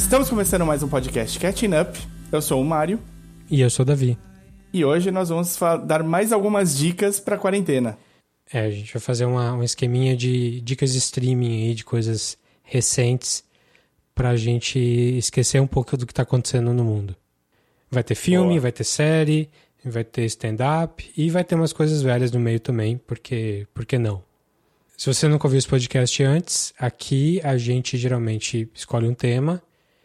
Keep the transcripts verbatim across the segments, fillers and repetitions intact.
Estamos começando mais um podcast Catching Up. Eu sou o Mário. E eu sou o Davi. E hoje nós vamos dar mais algumas dicas para a quarentena. É, a gente vai fazer uma, um esqueminha de dicas de streaming aí, de coisas recentes, pra gente esquecer um pouco do que tá acontecendo no mundo. Vai ter filme, Boa. vai ter série, vai ter stand-up e vai ter umas coisas velhas no meio também, porque, por que não? Se você nunca ouviu esse podcast antes, aqui a gente geralmente escolhe um tema,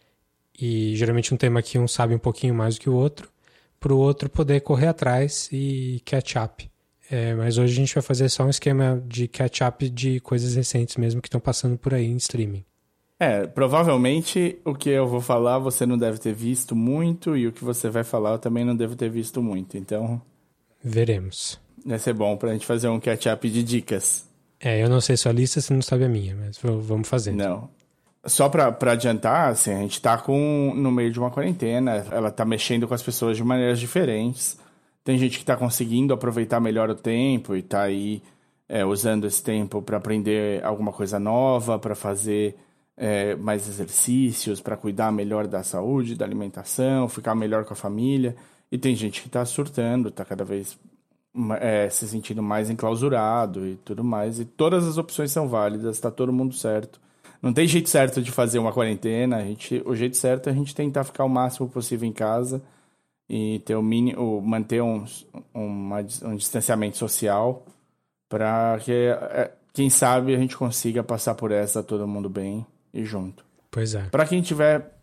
e geralmente um tema que um sabe um pouquinho mais do que o outro, pro outro poder correr atrás e catch up. É, mas hoje a gente vai fazer só um esquema de catch-up de coisas recentes mesmo que estão passando por aí em streaming. É, provavelmente o que eu vou falar você não deve ter visto muito e o que você vai falar eu também não devo ter visto muito, então... Veremos. Vai ser bom pra gente fazer um catch-up de dicas. É, eu não sei sua lista, você não sabe a minha, mas vamos fazendo. Não. Só pra, pra adiantar, assim, a gente tá com, no meio de uma quarentena, ela tá mexendo com as pessoas de maneiras diferentes. Tem gente que está conseguindo aproveitar melhor o tempo e está aí é, usando esse tempo para aprender alguma coisa nova, para fazer é, mais exercícios, para cuidar melhor da saúde, da alimentação, ficar melhor com a família. E tem gente que está surtando, está cada vez é, se sentindo mais enclausurado e tudo mais. E todas as opções são válidas, está todo mundo certo. Não tem jeito certo de fazer uma quarentena. A gente, o jeito certo é a gente tentar ficar o máximo possível em casa e ter o mínimo, manter um, uma, um distanciamento social para que, quem sabe, a gente consiga passar por essa todo mundo bem e junto. Pois é. Para quem estiver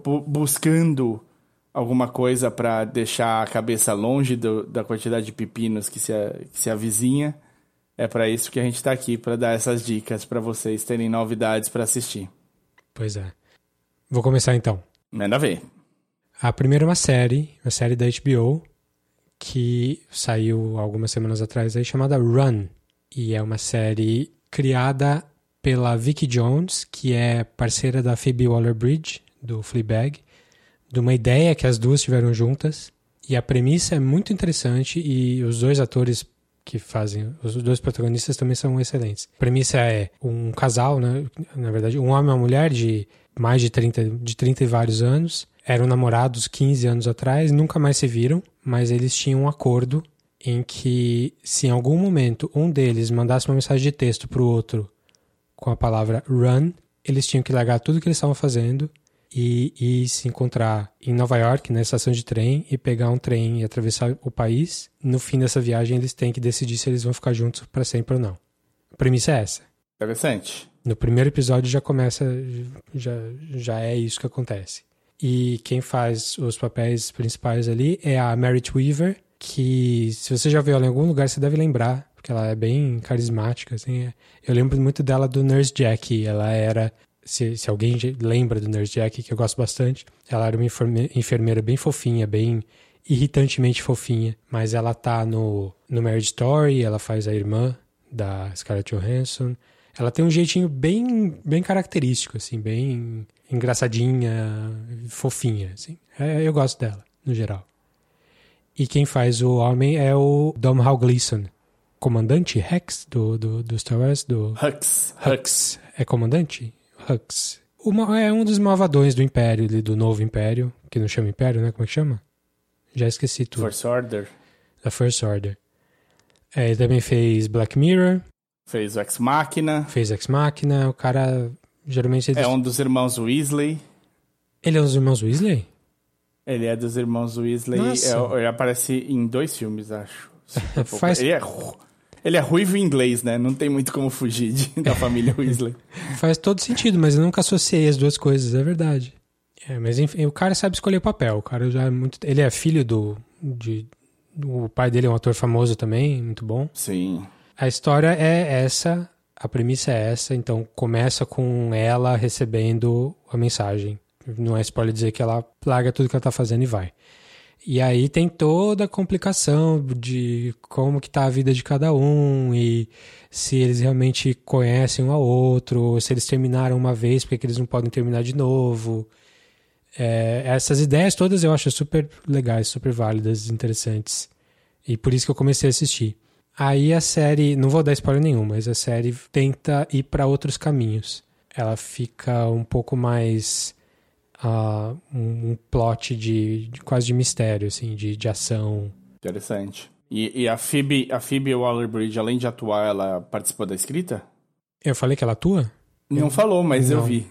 buscando alguma coisa para deixar a cabeça longe do, da quantidade de pepinos que se, que se avizinha, é para isso que a gente está aqui, para dar essas dicas para vocês terem novidades para assistir. Pois é. Vou começar então. Manda ver. A primeira é uma série, uma série da H B O, que saiu algumas semanas atrás aí, chamada Run. E é uma série criada pela Vicky Jones, que é parceira da Phoebe Waller-Bridge, do Fleabag, de uma ideia que as duas tiveram juntas. E a premissa é muito interessante e os dois atores que fazem, os dois protagonistas também são excelentes. A premissa é um casal, né? Na verdade, um homem e uma mulher de mais de trinta, de trinta e vários anos. Eram namorados quinze anos atrás, nunca mais se viram, mas eles tinham um acordo em que, se em algum momento um deles mandasse uma mensagem de texto para o outro com a palavra run, eles tinham que largar tudo que eles estavam fazendo e, e se encontrar em Nova York, na estação de trem, e pegar um trem e atravessar o país. No fim dessa viagem, eles têm que decidir se eles vão ficar juntos para sempre ou não. A premissa é essa. Interessante. No primeiro episódio já começa, já, já é isso que acontece. E quem faz os papéis principais ali é a Merit Weaver, que se você já viu ela em algum lugar, você deve lembrar, porque ela é bem carismática, assim. Eu lembro muito dela do Nurse Jackie. Ela era, se, se alguém lembra do Nurse Jackie, que eu gosto bastante, ela era uma enfermeira bem fofinha, bem irritantemente fofinha, mas ela tá no, no Marriage Story, ela faz a irmã da Scarlett Johansson. Ela tem um jeitinho bem, bem característico, assim, bem engraçadinha, fofinha, assim. É, eu gosto dela, no geral. E quem faz o homem é o Domhnall Gleeson, comandante Rex do, do, do Star Wars, do... Hux. Hux. É comandante? Hux. Uma, é um dos malvadões do Império, do Novo Império, que não chama Império, né? Como é que chama? Já esqueci tudo. First Order. Da First Order. É, ele também fez Black Mirror. Fez o Ex Machina. Fez Ex Machina. O cara, geralmente... Ele... É um dos irmãos Weasley. Ele é um dos irmãos Weasley? Ele é dos irmãos Weasley. É, ele aparece em dois filmes, acho. Faz... Ele, é, ele é ruivo em inglês, né? Não tem muito como fugir de, da família Weasley. Faz todo sentido, mas eu nunca associei as duas coisas, é verdade. É, mas enfim, o cara sabe escolher papel. O cara já é muito... Ele é filho do... De... O pai dele é um ator famoso também, muito bom. Sim. A história é essa, a premissa é essa, então começa com ela recebendo a mensagem. Não é spoiler dizer que ela larga tudo que ela tá fazendo e vai. E aí tem toda a complicação de como que tá a vida de cada um e se eles realmente conhecem um ao outro, ou se eles terminaram uma vez, porque eles não podem terminar de novo. É, essas ideias todas eu acho super legais, super válidas, interessantes. E por isso que eu comecei a assistir. Aí a série, não vou dar spoiler nenhum, mas a série tenta ir para outros caminhos. Ela fica um pouco mais uh, um, um plot de, de quase de mistério, assim, de, de ação. Interessante. E, e a Phoebe, a Phoebe Waller-Bridge, além de atuar, ela participou da escrita? Eu falei que ela atua? Não eu... falou, mas Não. eu vi.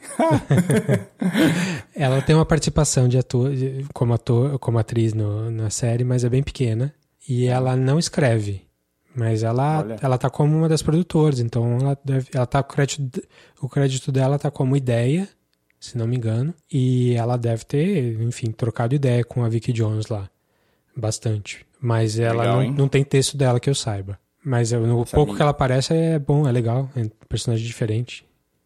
Ela tem uma participação de ator, de, como, ator, como atriz no, na série, mas é bem pequena. E ela não escreve. Mas ela, ela tá como uma das produtoras, então ela deve, ela tá, o crédito, o crédito dela tá como ideia, se não me engano, e ela deve ter, enfim, trocado ideia com a Vicky Jones lá, bastante. Mas ela Legal, não, não tem texto dela que eu saiba. Mas eu, no Essa pouco menina... que ela aparece é bom, é legal, é um personagem diferente.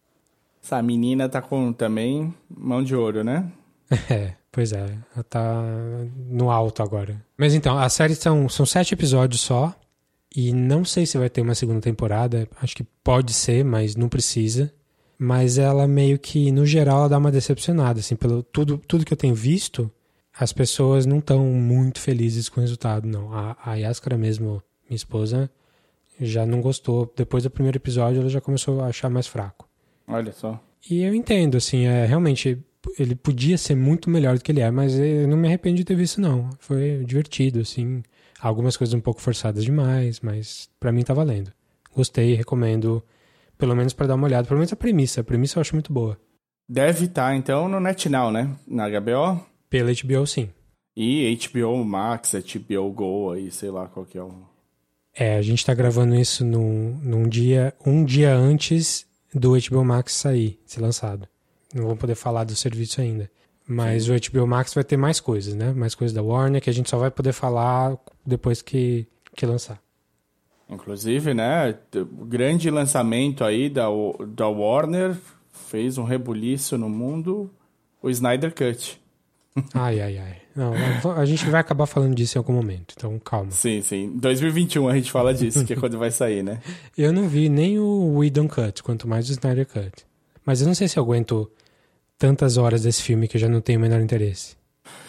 Essa menina tá com também mão de ouro, né? É, pois é, ela tá no alto agora. Mas então, a série são, são sete episódios só. E não sei se vai ter uma segunda temporada. Acho que pode ser, mas não precisa. Mas ela meio que, no geral, ela dá uma decepcionada. Assim, pelo tudo, tudo que eu tenho visto, as pessoas não estão muito felizes com o resultado, não. A, a Yaskara mesmo, minha esposa, já não gostou. Depois do primeiro episódio, ela já começou a achar mais fraco. Olha só. E eu entendo, assim, é, realmente, ele podia ser muito melhor do que ele é, mas eu não me arrependo de ter visto, não. Foi divertido, assim... Algumas coisas um pouco forçadas demais, mas pra mim tá valendo. Gostei, recomendo, pelo menos pra dar uma olhada. Pelo menos a premissa. A premissa eu acho muito boa. Deve estar, então, no NetNow, né? Na H B O? Pela H B O, sim. E H B O Max, H B O Go, aí, sei lá qual que é o... É, a gente tá gravando isso num, num dia, um dia antes do H B O Max sair, ser lançado. Não vou poder falar do serviço ainda. Mas sim, o H B O Max vai ter mais coisas, né? Mais coisas da Warner, que a gente só vai poder falar depois que, que lançar. Inclusive, né? O grande lançamento aí da, da Warner fez um rebuliço no mundo, o Snyder Cut. Ai, ai, ai. Não, a gente vai acabar falando disso em algum momento, então calma. Sim, sim. Em dois mil e vinte e um a gente fala disso, que é quando vai sair, né? Eu não vi nem o Whedon Cut, quanto mais o Snyder Cut. Mas eu não sei se eu aguento tantas horas desse filme que eu já não tenho o menor interesse.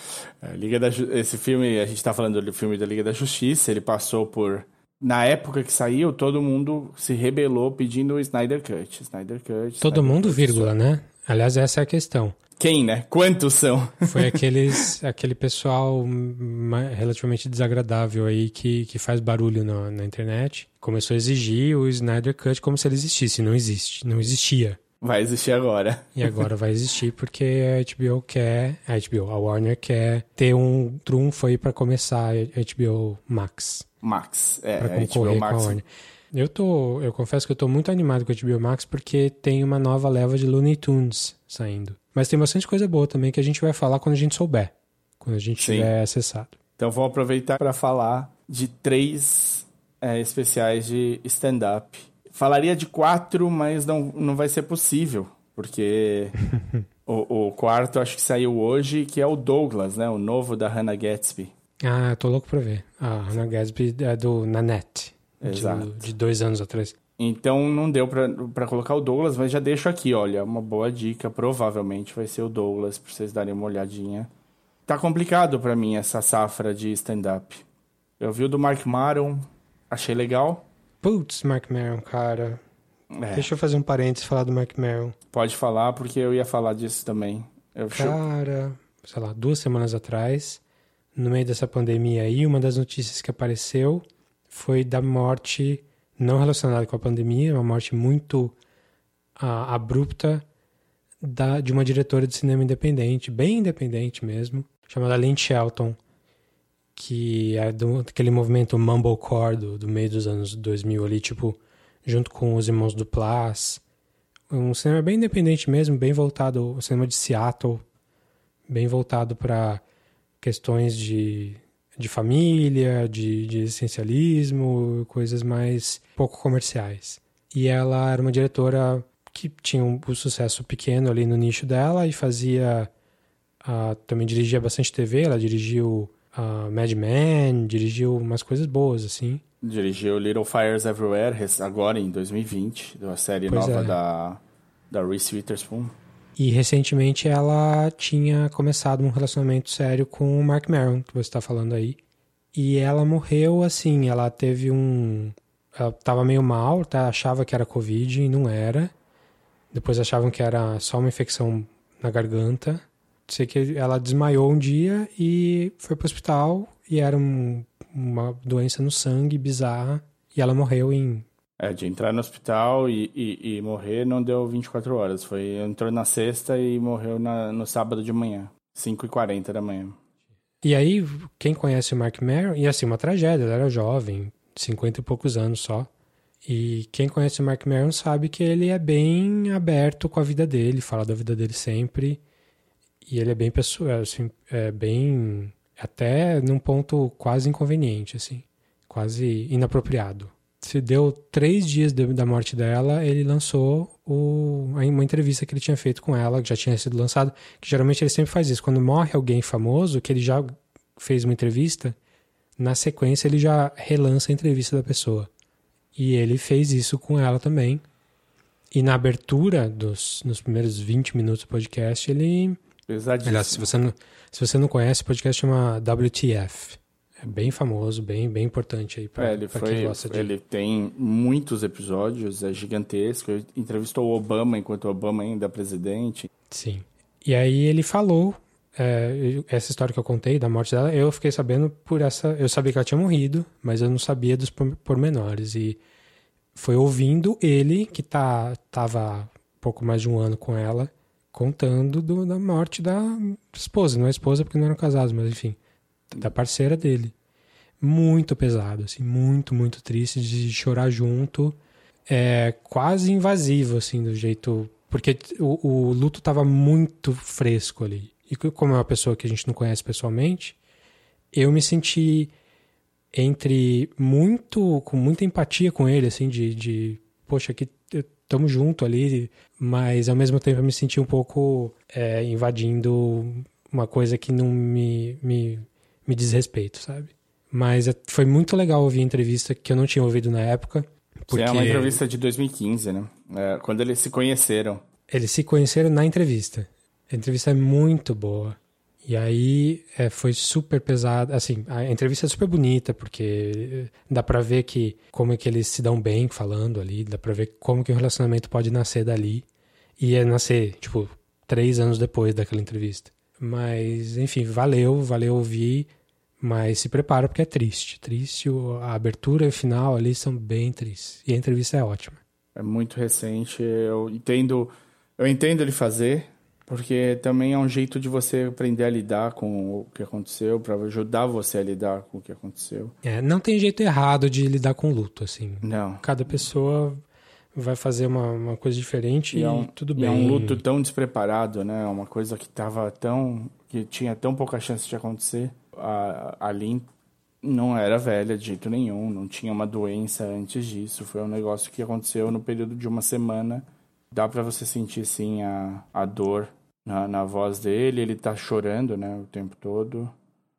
É, Liga da, esse filme, a gente tá falando do filme da Liga da Justiça, ele passou por... Na época que saiu, todo mundo se rebelou pedindo o Snyder Cut. Snyder Cut. Todo Snyder mundo, Cut, vírgula, só. né? Aliás, essa é a questão. Quem, né? Quantos são? Foi aqueles, aquele pessoal relativamente desagradável aí que, que faz barulho na, na internet. Começou a exigir o Snyder Cut como se ele existisse. Não existe. Não existia. Vai existir agora. E agora vai existir porque a H B O quer... A H B O, a Warner quer ter um trunfo aí pra começar a H B O Max. Max, é. Pra a concorrer H B O com a Max. Warner. Eu, tô, eu confesso que eu tô muito animado com a H B O Max porque tem uma nova leva de Looney Tunes saindo. Mas tem bastante coisa boa também que a gente vai falar quando a gente souber. Quando a gente Sim. tiver acessado. Então vou aproveitar para falar de três é, especiais de stand-up. Falaria de quatro, mas não, não vai ser possível. Porque o, o quarto acho que saiu hoje, que é o Douglas, né? O novo da Hannah Gadsby. Ah, eu tô louco pra ver. A Hannah Gadsby é do Nanette. Exato. De, de dois anos atrás. Então não deu pra, pra colocar o Douglas, mas já deixo aqui, olha, uma boa dica. Provavelmente vai ser o Douglas, pra vocês darem uma olhadinha. Tá complicado pra mim essa safra de stand-up. Eu vi o do Mark Maron, achei legal. Putz, Mark Maron, cara. É, Deixa eu fazer um parênteses e falar do Mark Maron. pode falar, porque eu ia falar disso também. Eu Cara, sei lá, duas semanas atrás, no meio dessa pandemia aí, uma das notícias que apareceu foi da morte, não relacionada com a pandemia, uma morte muito ah, abrupta da, de uma diretora de cinema independente, bem independente mesmo, chamada Lynn Shelton, que é do, daquele movimento Mumblecore do, do meio dos anos dois mil ali, tipo, junto com os Irmãos Duplass. Um cinema bem independente mesmo, bem voltado, o cinema de Seattle, bem voltado para questões de, de família, de, de existencialismo, coisas mais pouco comerciais. E ela era uma diretora que tinha um, um sucesso pequeno ali no nicho dela e fazia, uh, também dirigia bastante T V, ela dirigiu uh, Mad Men, dirigiu umas coisas boas, assim. Dirigiu Little Fires Everywhere, agora em dois mil e vinte, da série Pois nova é. da, da Reese Witherspoon. E recentemente ela tinha começado um relacionamento sério com o Mark Maron, que você está falando aí. E ela morreu assim, ela teve um... Ela estava meio mal, tá? Achava que era Covid e não era. Depois achavam que era só uma infecção na garganta. sei que ela desmaiou um dia e foi pro hospital e era um, uma doença no sangue bizarra e ela morreu em... É, de entrar no hospital e, e, e morrer não deu vinte e quatro horas. Foi, entrou na sexta e morreu na, no sábado de manhã, cinco e quarenta da manhã. E aí, quem conhece o Marc Maron, e assim, uma tragédia, ele era jovem, cinquenta e poucos anos só. E quem conhece o Marc Maron sabe que ele é bem aberto com a vida dele, fala da vida dele sempre. E ele é bem pessoal, assim, é bem, até num ponto quase inconveniente, assim, quase inapropriado. Se deu três dias de, da morte dela, ele lançou o, uma entrevista que ele tinha feito com ela, que já tinha sido lançado, que geralmente ele sempre faz isso. Quando morre alguém famoso, que ele já fez uma entrevista, na sequência ele já relança a entrevista da pessoa. E ele fez isso com ela também. E na abertura, dos, nos primeiros vinte minutos do podcast, ele... Pesadíssimo. Aliás, se você não, se você não conhece, o podcast chama W T F. É bem famoso, bem, bem importante aí para é, quem gosta de... Ele tem muitos episódios, é gigantesco. Ele entrevistou o Obama enquanto o Obama ainda é presidente. Sim. E aí ele falou, é, essa história que eu contei da morte dela, eu fiquei sabendo por essa... Eu sabia que ela tinha morrido, mas eu não sabia dos pormenores. E foi ouvindo ele, que tá, tava pouco mais de um ano com ela, contando do, da morte da esposa. Não é esposa porque não eram casados, mas enfim... da parceira dele. Muito pesado, assim, muito, muito triste, de chorar junto. É quase invasivo, assim, do jeito... Porque o, o luto tava muito fresco ali. E como é uma pessoa que a gente não conhece pessoalmente, eu me senti entre muito... com muita empatia com ele, assim, de... de poxa, aqui estamos junto ali, mas ao mesmo tempo eu me senti um pouco é, invadindo uma coisa que não me... me me diz respeito, sabe? Mas foi muito legal ouvir a entrevista que eu não tinha ouvido na época. Porque é uma entrevista de dois mil e quinze, né? É, quando eles se conheceram. Eles se conheceram na entrevista. A entrevista é muito boa. E aí é, foi super pesada. Assim, a entrevista é super bonita, porque dá pra ver que como é que eles se dão bem falando ali. Dá pra ver como que o relacionamento pode nascer dali. E é nascer, tipo, três anos depois daquela entrevista. Mas, enfim, valeu, valeu ouvir. Mas se prepara porque é triste. Triste, a abertura e o final ali são bem tristes. E a entrevista é ótima. É muito recente, eu entendo, eu entendo ele fazer, porque também é um jeito de você aprender a lidar com o que aconteceu, para ajudar você a lidar com o que aconteceu. É, não tem jeito errado de lidar com luto, assim. Não. Cada pessoa vai fazer uma, uma coisa diferente e, e é um, tudo bem. E é um luto tão despreparado, né? Uma coisa que tava tão... que tinha tão pouca chance de acontecer. A, a Lynn não era velha de jeito nenhum, não tinha uma doença antes disso. Foi um negócio que aconteceu no período de uma semana. Dá pra você sentir, sim, a, a dor na, na voz dele. Ele tá chorando, né, o tempo todo.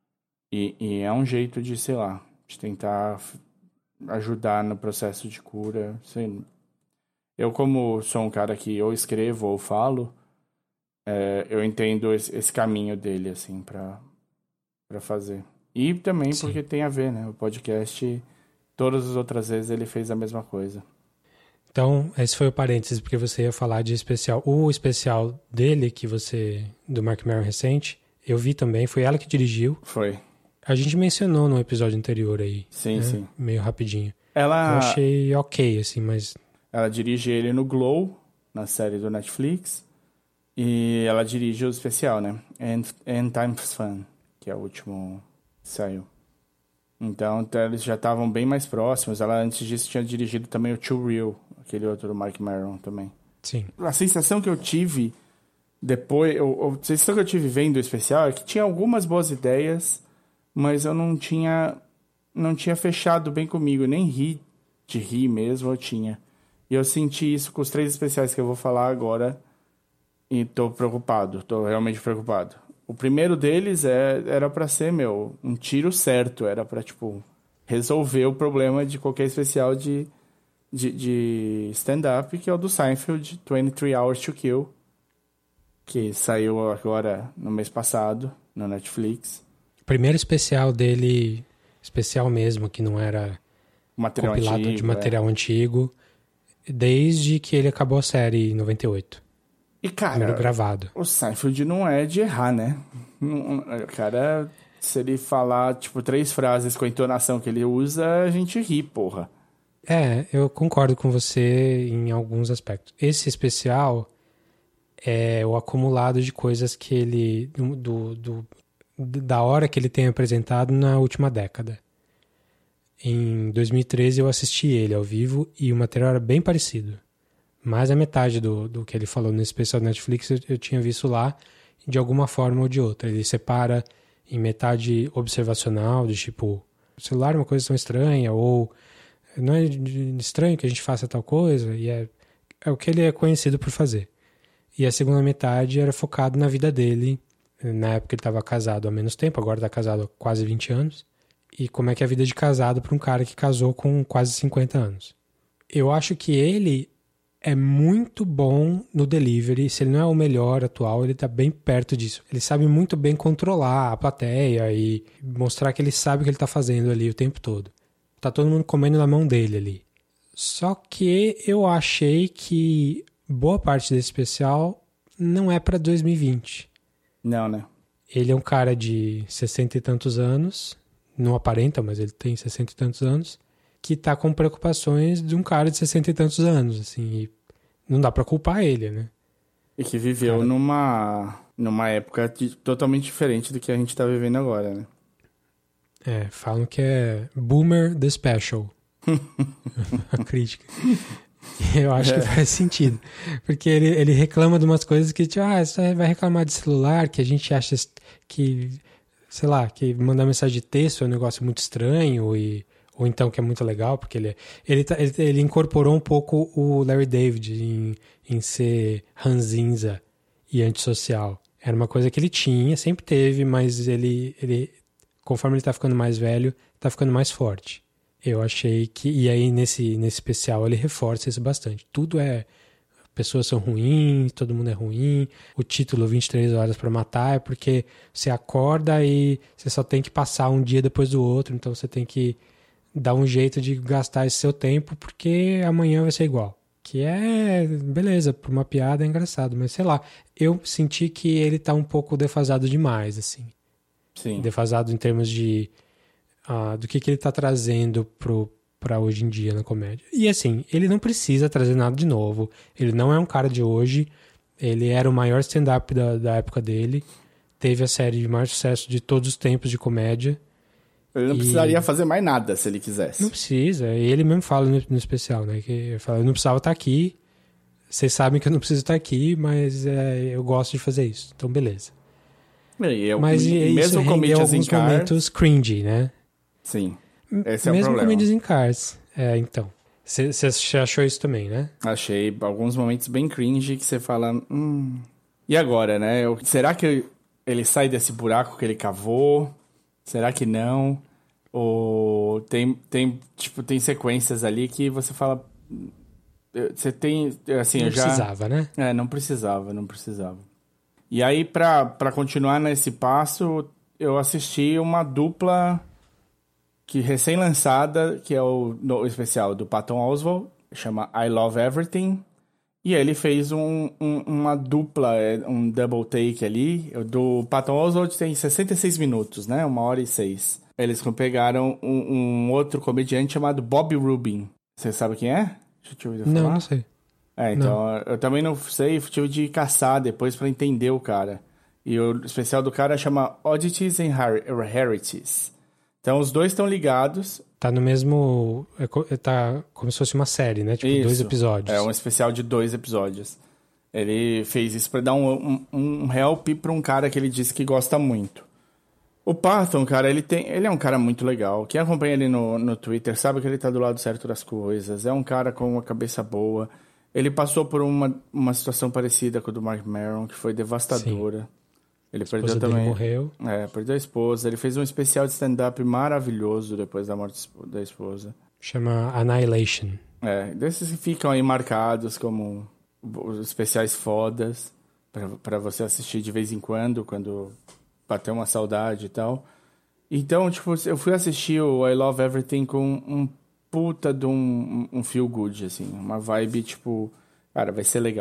E, e é um jeito de, sei lá, de tentar ajudar no processo de cura. Sei, eu, como sou um cara que ou escrevo ou falo, é, eu entendo esse, esse caminho dele, assim, pra... para fazer. E também Sim. porque tem a ver, né? O podcast, todas as outras vezes ele fez a mesma coisa. Então, esse foi o parênteses, porque você ia falar de especial. O especial dele, que você... do Marc Maron recente, eu vi também, foi ela que dirigiu. Foi. A gente mencionou no episódio anterior aí. Sim, né? sim. Meio rapidinho. Ela... Eu achei ok, assim, mas... Ela dirige ele no Glow, na série do Netflix. E ela dirige o especial, né? End, End Times Fun, que é o último que saiu. Então, eles já estavam bem mais próximos. Ela, antes disso, tinha dirigido também o Too Real, aquele outro do Marc Maron também. Sim. A sensação que eu tive depois... Eu, a sensação que eu tive vendo o especial é que tinha algumas boas ideias, mas eu não tinha... Não tinha fechado bem comigo. Nem ri de rir mesmo, eu tinha. E eu senti isso com os três especiais que eu vou falar agora. E tô preocupado. Tô realmente preocupado. O primeiro deles é, era pra ser, meu, um tiro certo. Era pra, tipo, resolver o problema de qualquer especial de, de, de stand-up, que é o do Seinfeld, vinte e três Hours to Kill, que saiu agora no mês passado, no Netflix. O primeiro especial dele, especial mesmo, que não era material compilado antigo, de material é. antigo, desde que ele acabou a série em noventa e oito. E, cara, Primeiro gravado. o Seinfeld não é de errar, né? Não- O cara, se ele falar, tipo, três frases com a entonação que ele usa, a gente ri, porra. É, eu concordo com você em alguns aspectos. Esse especial é o acumulado de coisas que ele. Do, do, do- da hora que ele tem apresentado na última década. Em dois mil e treze eu assisti ele ao vivo e o material era bem parecido. Mais a metade do, do que ele falou nesse especial do Netflix eu, eu tinha visto lá de alguma forma ou de outra. Ele separa em metade observacional, de tipo, o celular é uma coisa tão estranha, ou não é de- estranho que a gente faça tal coisa, e é, é o que ele é conhecido por fazer. E a segunda metade era focado na vida dele. Na época ele estava casado há menos tempo, agora está casado há quase vinte anos. E como é que é a vida de casado para um cara que casou com quase cinquenta anos. Eu acho que ele é muito bom no delivery. Se ele não é o melhor atual, ele tá bem perto disso. Ele sabe muito bem controlar a plateia e mostrar que ele sabe o que ele tá fazendo ali o tempo todo. Tá todo mundo comendo na mão dele ali. Só que eu achei que boa parte desse especial não é pra dois mil e vinte. Não, né? Ele é um cara de sessenta e tantos anos, não aparenta, mas ele tem sessenta e tantos anos, que tá com preocupações de um cara de sessenta e tantos anos, assim, e não dá pra culpar ele, né? E que viveu Cara. numa, numa época de- totalmente diferente do que a gente tá vivendo agora, né? É, falam que é Boomer the Special. A crítica. Eu acho que faz sentido. Porque ele, ele reclama de umas coisas que, tipo, ah, você vai reclamar de celular, que a gente acha que, sei lá, que mandar mensagem de texto é um negócio muito estranho, e, ou então que é muito legal, porque ele, ele, tá- ele, ele incorporou um pouco o Larry David em, em ser ranzinza e antissocial. Era uma coisa que ele tinha, sempre teve, mas ele, ele conforme ele tá ficando mais velho, tá ficando mais forte. Eu achei que... E aí, nesse, nesse especial, ele reforça isso bastante. Tudo é... Pessoas são ruins, todo mundo é ruim. O título vinte e três horas pra matar é porque você acorda e você só tem que passar um dia depois do outro. Então, você tem que dar um jeito de gastar esse seu tempo porque amanhã vai ser igual. Que é... Beleza, por uma piada é engraçado. Mas, sei lá, eu senti que ele tá um pouco defasado demais, assim. Sim. Defasado em termos de... ah, do que, que ele tá trazendo pro, pra hoje em dia na comédia. E assim, ele não precisa trazer nada de novo. Ele não é um cara de hoje. Ele era o maior stand-up da, da época dele. Teve a série de maior sucesso de todos os tempos de comédia. Ele não E- precisaria fazer mais nada se ele quisesse. Não precisa. Ele mesmo fala no, no especial, né? Que ele fala, eu não precisava estar aqui. Vocês sabem que eu não preciso estar aqui, mas é, eu gosto de fazer isso. Então, beleza. E eu, Mas e, e, isso mesmo rendeu Comedians in alguns Cars... momentos cringy, né? Sim, esse é o Mesmo problema. Comedians in Cars. É, então. Você achou isso também, né? Achei alguns momentos bem cringe que você fala... Hum, e agora, né? Eu- será que ele sai desse buraco que ele cavou? Será que não? Ou tem, tem, tipo, tem sequências ali que você fala... eu- Você tem... Assim, Não eu já... precisava, né? É, não precisava, não precisava. E aí, pra, pra continuar nesse passo, eu assisti uma dupla que recém-lançada, que é o, no- o especial do Patton Oswalt, chama I Love Everything. E ele fez um, um- uma dupla, é, um double take ali. O do Patton Oswalt tem sessenta e seis minutos, né? Uma hora e seis. Eles pegaram um, um outro comediante chamado Bob Rubin. Você sabe quem é? Deixa eu te ouvir falar. Não, não sei. É, então, eu também não sei, tive de caçar depois pra entender o cara. E o especial do cara chama Oddities and Har- Rarities. Então, os dois estão ligados. Tá no mesmo... é co- é Tá como se fosse uma série, né? Tipo, dois Isso. episódios. É um especial de dois episódios. Ele fez isso pra dar um, um, um help pra um cara que ele disse que gosta muito. O Patton, cara, ele tem, ele é um cara muito legal. Quem acompanha ele no, no Twitter sabe que ele tá do lado certo das coisas. É um cara com uma cabeça boa. Ele passou por uma, uma situação parecida com a do Mark Maron, que foi devastadora. Ele A perdeu esposa dele também. morreu. É, perdeu a esposa. Ele fez um especial de stand-up maravilhoso depois da morte da esposa. Chama Annihilation. É, desses que ficam aí marcados como os especiais fodas pra, pra você assistir de vez em quando, quando bater uma saudade e tal. Então, tipo, eu fui assistir o I Love Everything com um puta de um, um feel good, assim. Uma vibe, tipo, cara, vai ser legal.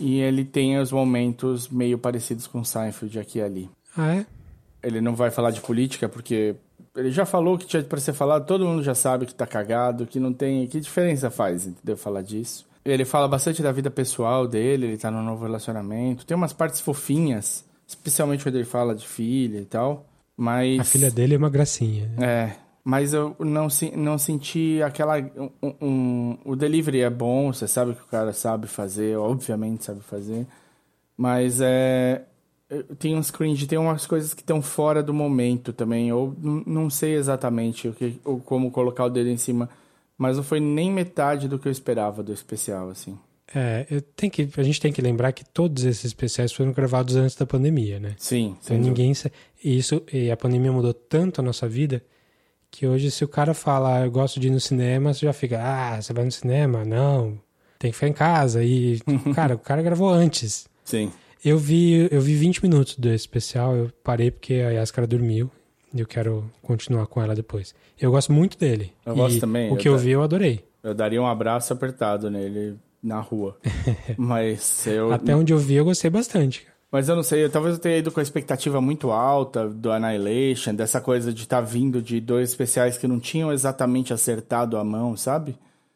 E ele tem os momentos meio parecidos com Seinfeld aqui e ali. Ah, é? Ele não vai falar de política porque ele já falou que tinha pra ser falado, todo mundo já sabe que tá cagado, que não tem... Que diferença faz, entendeu? Falar disso. Ele fala bastante da vida pessoal dele, ele tá num novo relacionamento. Tem umas partes fofinhas, especialmente quando ele fala de filha e tal, mas... A filha dele é uma gracinha. É, mas eu não, não senti aquela... Um, um, o delivery é bom, você sabe que o cara sabe fazer, obviamente sabe fazer, mas é... Tem uns cringe, tem umas coisas que estão fora do momento também. Eu n- não sei exatamente o que, ou como colocar o dedo em cima, mas não foi nem metade do que eu esperava do especial, assim. É, eu tenho que, a gente tem que lembrar que todos esses especiais foram gravados antes da pandemia, né? Sim, Então ninguém... sa- E, isso, e a pandemia mudou tanto a nossa vida que hoje se o cara fala, ah, eu gosto de ir no cinema, você já fica, ah, você vai no cinema? Não, tem que ficar em casa. E, cara, o cara gravou antes. Sim. Eu vi, eu vi vinte minutos do especial, eu parei porque a Yaskara dormiu e eu quero continuar com ela depois. Eu gosto muito dele. Eu e gosto também. O que eu, eu vi, eu adorei. Eu daria um abraço apertado nele na rua. Mas eu... Até onde eu vi, eu gostei bastante. Mas eu não sei, eu, talvez eu tenha ido com a expectativa muito alta do Annihilation, dessa coisa de estar tá vindo de dois especiais que não tinham exatamente acertado a mão, sabe?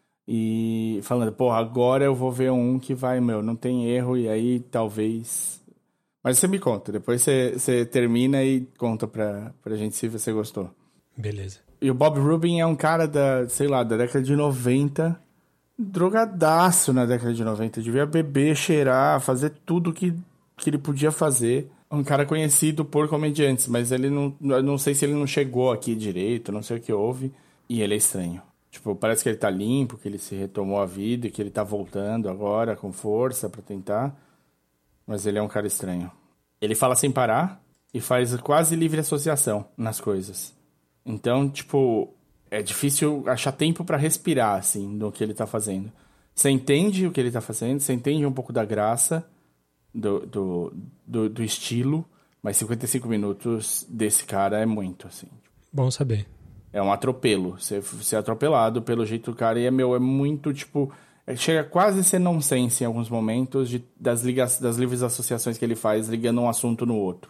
E falando, pô, agora eu vou ver um que vai, meu, não tem erro, e aí talvez... Mas você me conta, depois você, você termina e conta pra, pra gente se você gostou. Beleza. E o Bob Rubin é um cara da, sei lá, da década de noventa, drogadaço na década de noventa, devia beber, cheirar, fazer tudo que, que ele podia fazer. Um cara conhecido por comediantes, mas ele não, não sei se ele não chegou aqui direito, não sei o que houve, e ele é estranho. Tipo, parece que ele tá limpo, que ele se retomou a vida e que ele tá voltando agora com força pra tentar. Mas ele é um cara estranho. Ele fala sem parar e faz quase livre associação nas coisas. Então, tipo, é difícil achar tempo pra respirar, assim, no que ele tá fazendo. Você entende o que ele tá fazendo, você entende um pouco da graça, do, do, do, do estilo, mas cinquenta e cinco minutos desse cara é muito, assim. Bom saber. É um atropelo. Você, você é atropelado pelo jeito do cara. E é, meu, é muito, tipo... É, chega quase a ser nonsense em alguns momentos de, das, ligas, das livres associações que ele faz ligando um assunto no outro.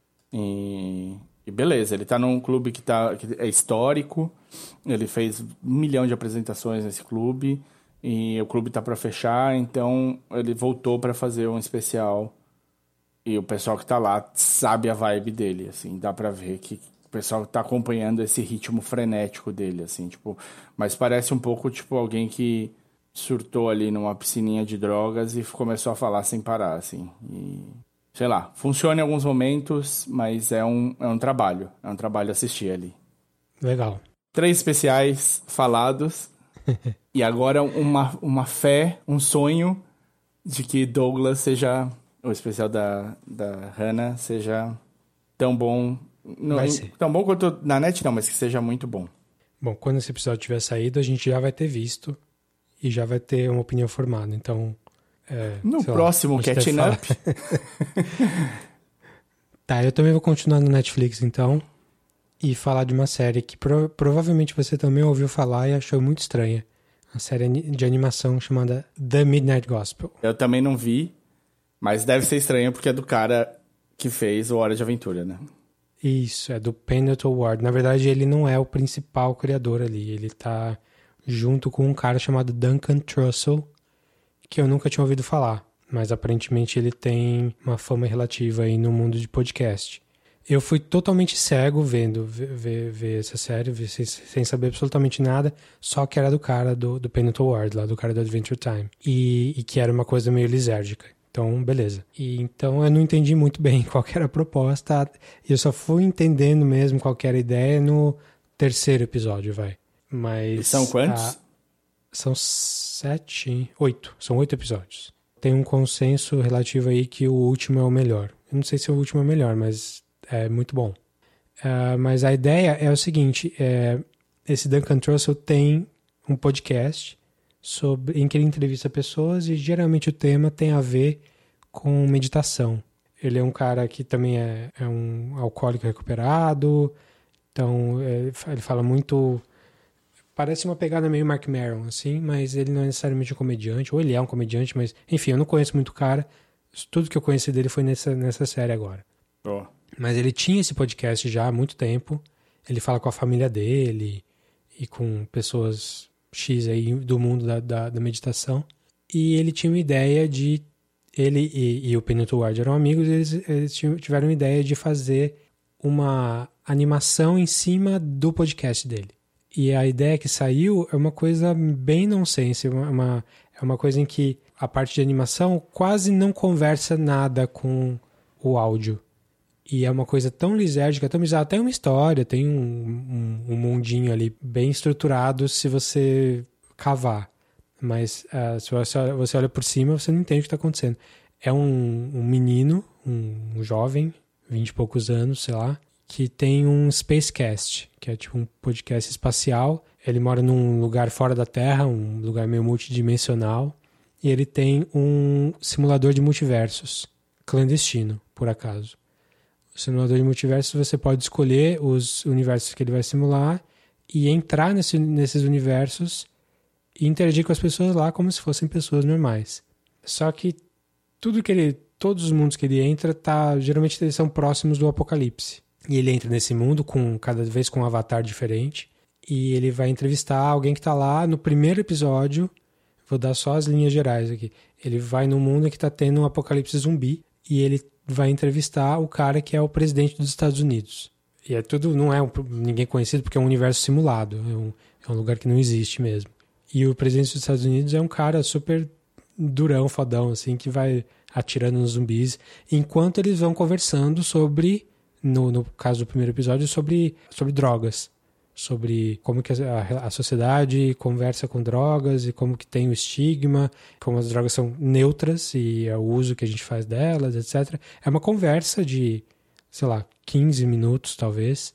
E, e beleza, ele tá num clube que, tá, que é histórico. Ele fez um milhão de apresentações nesse clube. E o clube tá pra fechar. Então ele voltou pra fazer um especial. E o pessoal que tá lá sabe a vibe dele, assim. Dá pra ver que... O pessoal tá acompanhando esse ritmo frenético dele, assim, tipo... Mas parece um pouco, tipo, alguém que surtou ali numa piscininha de drogas e começou a falar sem parar, assim. E, sei lá, funciona em alguns momentos, mas é um, é um trabalho. É um trabalho assistir ali. Legal. Três especiais falados. E agora uma, uma fé, um sonho de que Douglas seja... O especial da, da Hannah seja tão bom... Não, Vai ser. Tão bom quanto na net não, mas que seja muito bom. Bom, quando esse episódio tiver saído, a gente já vai ter visto e já vai ter uma opinião formada. Então, é, no próximo lá, Catching Up. Tá, eu também vou continuar no Netflix, então, e falar de uma série que pro, provavelmente você também ouviu falar e achou muito estranha. Uma série de animação chamada The Midnight Gospel. Eu também não vi, mas deve ser estranho porque é do cara que fez o Hora de Aventura, né? Isso, é do Pendleton Ward. Na verdade, ele não é o principal criador ali. Ele tá junto com um cara chamado Duncan Trussell, que eu nunca tinha ouvido falar. Mas aparentemente ele tem uma fama relativa aí no mundo de podcast. Eu fui totalmente cego vendo ver, ver, ver essa série, ver, sem, sem saber absolutamente nada, só que era do cara do, do Pendleton Ward, lá do cara do Adventure Time. E, e que era uma coisa meio lisérgica. Então, beleza. E, então, eu não entendi muito bem qual que era a proposta. E eu só fui entendendo mesmo qual que era a ideia no terceiro episódio, vai. Mas... E são quantos? A, são sete... Oito. São oito episódios. Tem um consenso relativo aí que o último é o melhor. Eu não sei se o último é o melhor, mas é muito bom. Uh, mas a ideia é o seguinte. É, esse Duncan Trussell tem um podcast... Sobre, em que ele entrevista pessoas e geralmente o tema tem a ver com meditação. Ele é um cara que também é, é um alcoólico recuperado, então é, ele fala muito parece uma pegada meio Marc Maron, assim, mas ele não é necessariamente um comediante, ou ele é um comediante, mas, enfim, eu não conheço muito o cara. Tudo que eu conheci dele foi nessa, nessa série agora. Oh. Mas ele tinha esse podcast já há muito tempo. Ele fala com a família dele e com pessoas X aí do mundo da, da, da meditação. E ele tinha uma ideia de... Ele e, e o Peanut Ward eram amigos, eles, eles tiveram uma ideia de fazer uma animação em cima do podcast dele. E a ideia que saiu é uma coisa bem nonsense, uma, uma, é uma coisa em que a parte de animação quase não conversa nada com o áudio. E é uma coisa tão lisérgica, tão bizarra. Tem uma história, tem um, um, um mundinho ali bem estruturado se você cavar. Mas uh, se você, você olha por cima, você não entende o que está acontecendo. É um, um menino, um, um jovem, vinte e poucos anos, sei lá, que tem um Spacecast, que é tipo um podcast espacial. Ele mora num lugar fora da Terra, um lugar meio multidimensional. E ele tem um simulador de multiversos, clandestino, por acaso. O simulador de multiversos, você pode escolher os universos que ele vai simular e entrar nesse, nesses universos e interagir com as pessoas lá como se fossem pessoas normais. Só que tudo que ele, todos os mundos que ele entra, tá, geralmente eles são próximos do apocalipse. E ele entra nesse mundo com cada vez com um avatar diferente e ele vai entrevistar alguém que está lá no primeiro episódio. Vou dar só as linhas gerais aqui. Ele vai num mundo que está tendo um apocalipse zumbi e ele vai entrevistar o cara que é o presidente dos Estados Unidos. E é tudo, não é um, ninguém conhecido porque é um universo simulado. É um, é um lugar que não existe mesmo. E o presidente dos Estados Unidos é um cara super durão, fodão, assim, que vai atirando nos zumbis, enquanto eles vão conversando sobre, no, no caso do primeiro episódio, sobre, sobre drogas. Sobre como que a, a sociedade conversa com drogas e como que tem o estigma, como as drogas são neutras e é o uso que a gente faz delas, etcétera. É uma conversa de, sei lá, quinze minutos, talvez,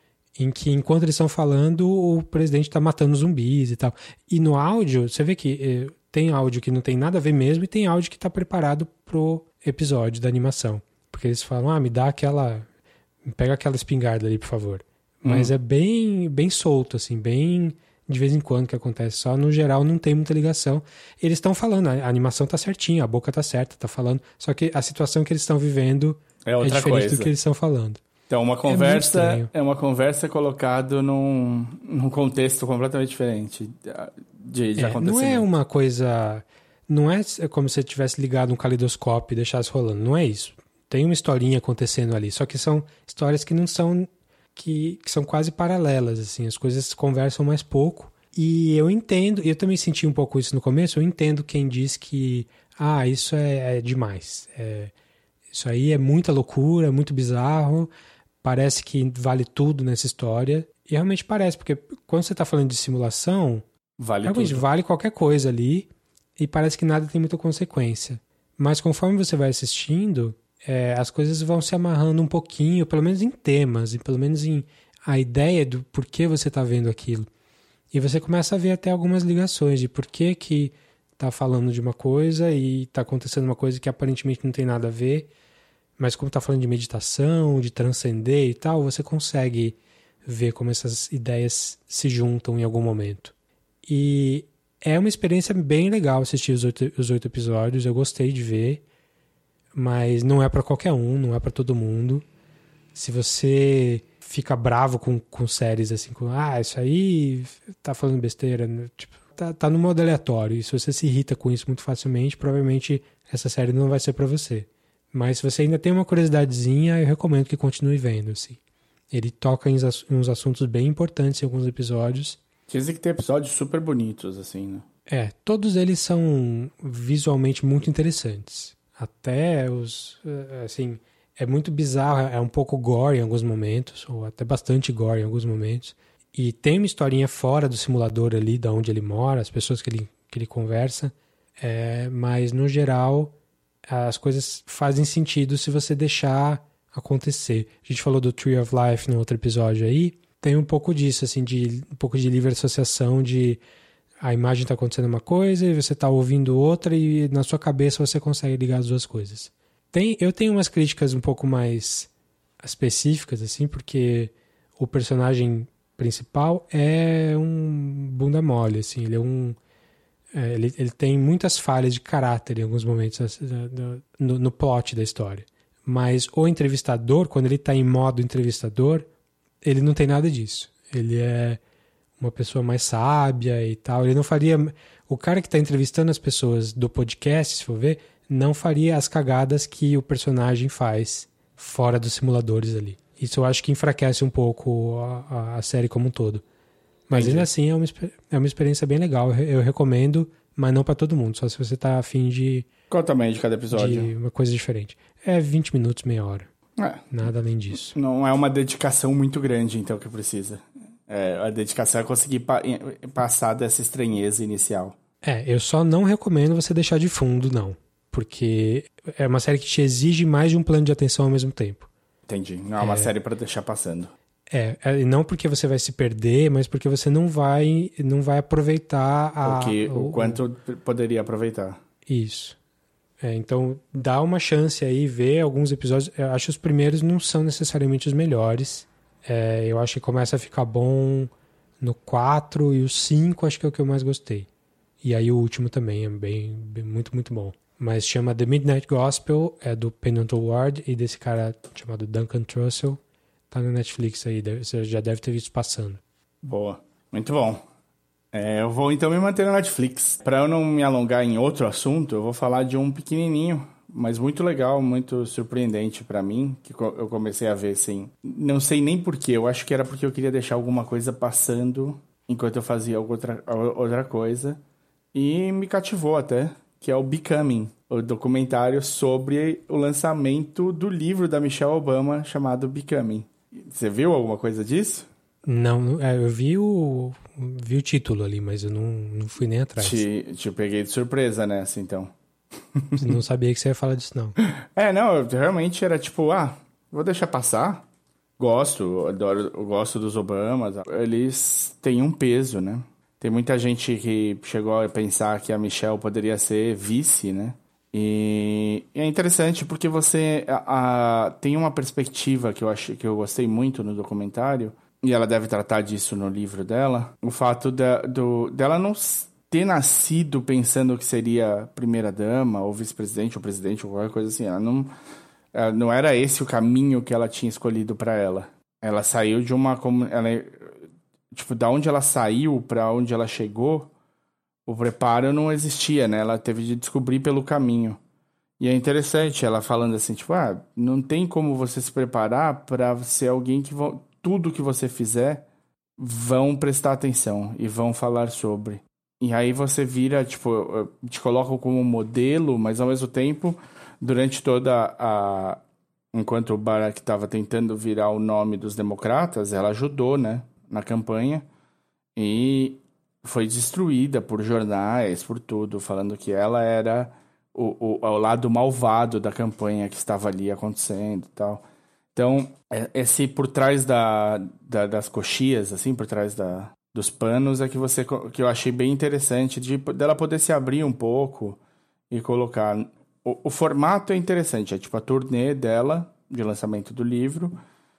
em que, enquanto eles estão falando, o presidente está matando zumbis e tal. E no áudio, você vê que eh, tem áudio que não tem nada a ver mesmo e tem áudio que está preparado pro episódio da animação. Porque eles falam, ah, me dá aquela... pega aquela espingarda ali, por favor. Mas hum. é bem, bem solto, assim, bem de vez em quando que acontece. Só no geral não tem muita ligação. Eles estão falando, a animação tá certinha, a boca tá certa, tá falando. Só que a situação que eles estão vivendo é, outra é diferente coisa. do que eles estão falando. Então, uma conversa é, é uma conversa colocada num, num contexto completamente diferente de, de é, acontecimento. Não é uma coisa... Não é como se você tivesse ligado um caleidoscópio e deixasse rolando. Não é isso. Tem uma historinha acontecendo ali. Só que são histórias que não são... Que, que são quase paralelas, assim, as coisas conversam mais pouco, e eu entendo, e eu também senti um pouco isso no começo, eu entendo quem diz que, ah, isso é, é demais, é, isso aí é muita loucura, é muito bizarro, parece que vale tudo nessa história, e realmente parece, porque quando você está falando de simulação, vale realmente tudo. Vale qualquer coisa ali, e parece que nada tem muita consequência, mas conforme você vai assistindo... É, as coisas vão se amarrando um pouquinho, pelo menos em temas, e pelo menos em a ideia do porquê você está vendo aquilo. E você começa a ver até algumas ligações de por que que está falando de uma coisa e está acontecendo uma coisa que aparentemente não tem nada a ver, mas como está falando de meditação, de transcender e tal, você consegue ver como essas ideias se juntam em algum momento. E é uma experiência bem legal assistir os oito, os oito episódios, eu gostei de ver. Mas não é pra qualquer um, não é pra todo mundo. Se você fica bravo com, com séries assim, com, ah, isso aí tá falando besteira, né? Tipo, tá, tá no modo aleatório. E se você se irrita com isso muito facilmente, provavelmente essa série não vai ser pra você. Mas se você ainda tem uma curiosidadezinha, eu recomendo que continue vendo, assim. Ele toca em uns assuntos bem importantes em alguns episódios. Dizem que tem episódios super bonitos, assim, né? É, todos eles são visualmente muito interessantes. Até os, assim, é muito bizarro, é um pouco gore em alguns momentos, ou até bastante gore em alguns momentos. E tem uma historinha fora do simulador ali, da onde ele mora, as pessoas que ele, que ele conversa. É, mas, no geral, as coisas fazem sentido se você deixar acontecer. A gente falou do Tree of Life no outro episódio aí. Tem um pouco disso, assim, de um pouco de livre associação, de... A imagem está acontecendo uma coisa e você está ouvindo outra e na sua cabeça você consegue ligar as duas coisas. Tem, eu tenho umas críticas um pouco mais específicas, assim, porque o personagem principal é um bunda mole, assim, ele é um... É, ele, ele tem muitas falhas de caráter em alguns momentos assim, no, no plot da história. Mas o entrevistador, quando ele está em modo entrevistador, ele não tem nada disso. Ele é uma pessoa mais sábia e tal. Ele não faria... O cara que está entrevistando as pessoas do podcast, se for ver, não faria as cagadas que o personagem faz fora dos simuladores ali. Isso eu acho que enfraquece um pouco a, a série como um todo. Mas Entendi. ainda assim é uma, é uma experiência bem legal. Eu, eu recomendo, mas não para todo mundo. Só se você tá afim de... Qual o tamanho de cada episódio? De uma coisa diferente. É vinte minutos, meia hora. É. Nada além disso. Não é uma dedicação muito grande, então, que precisa. É, a dedicação é conseguir pa- passar dessa estranheza inicial. É, eu só não recomendo você deixar de fundo, não. Porque é uma série que te exige mais de um plano de atenção ao mesmo tempo. Entendi. Não é uma é... série para deixar passando. É, é, não porque você vai se perder, mas porque você não vai, não vai aproveitar a... O, que, o, o quanto o... poderia aproveitar. Isso. É, então, dá uma chance aí, ver alguns episódios. Eu acho que os primeiros não são necessariamente os melhores. É, eu acho que começa a ficar bom no quatro e o cinco acho que é o que eu mais gostei. E aí o último também é bem, bem muito, muito bom. Mas chama The Midnight Gospel, é do Pendleton Ward e desse cara chamado Duncan Trussell. Tá no Netflix aí, deve, você já deve ter visto passando. Boa, muito bom. É, eu vou então me manter no Netflix. Para eu não me alongar em outro assunto, eu vou falar de um pequenininho, mas muito legal, muito surpreendente para mim, que eu comecei a ver assim. Não sei nem porquê, eu acho que era porque eu queria deixar alguma coisa passando enquanto eu fazia outra, outra coisa. E me cativou até, que é o Becoming, o documentário sobre o lançamento do livro da Michelle Obama chamado Becoming. Você viu alguma coisa disso? Não, eu vi o, vi o título ali, mas eu não, não fui nem atrás. Te, te peguei de surpresa nessa, então. Não sabia que você ia falar disso, não. É, não, eu realmente era tipo, ah, vou deixar passar. Gosto, adoro, eu gosto dos Obamas. Eles têm um peso, né? Tem muita gente que chegou a pensar que a Michelle poderia ser vice, né? E é interessante porque você a, a, tem uma perspectiva que eu achei que eu gostei muito no documentário, e ela deve tratar disso no livro dela, o fato da, do, dela não ter nascido pensando que seria primeira-dama, ou vice-presidente, ou presidente, ou qualquer coisa assim. Ela não, ela não era esse o caminho que ela tinha escolhido para ela. Ela saiu de uma... Ela, tipo, da onde ela saiu para onde ela chegou, o preparo não existia, né? Ela teve de descobrir pelo caminho. E é interessante ela falando assim, tipo, ah, não tem como você se preparar para ser alguém que vão, tudo que você fizer vão prestar atenção e vão falar sobre. E aí você vira, tipo, te colocam como modelo, mas ao mesmo tempo, durante toda a... Enquanto o Barack estava tentando virar o nome dos democratas, ela ajudou, né? Na campanha, e foi destruída por jornais, por tudo, falando que ela era o, o, o lado malvado da campanha que estava ali acontecendo e tal. Então, esse por trás da, da, das coxias, assim, por trás da, dos panos, é que, você, que eu achei bem interessante, de, dela poder se abrir um pouco e colocar... O, o formato é interessante, é tipo a turnê dela, de lançamento do livro.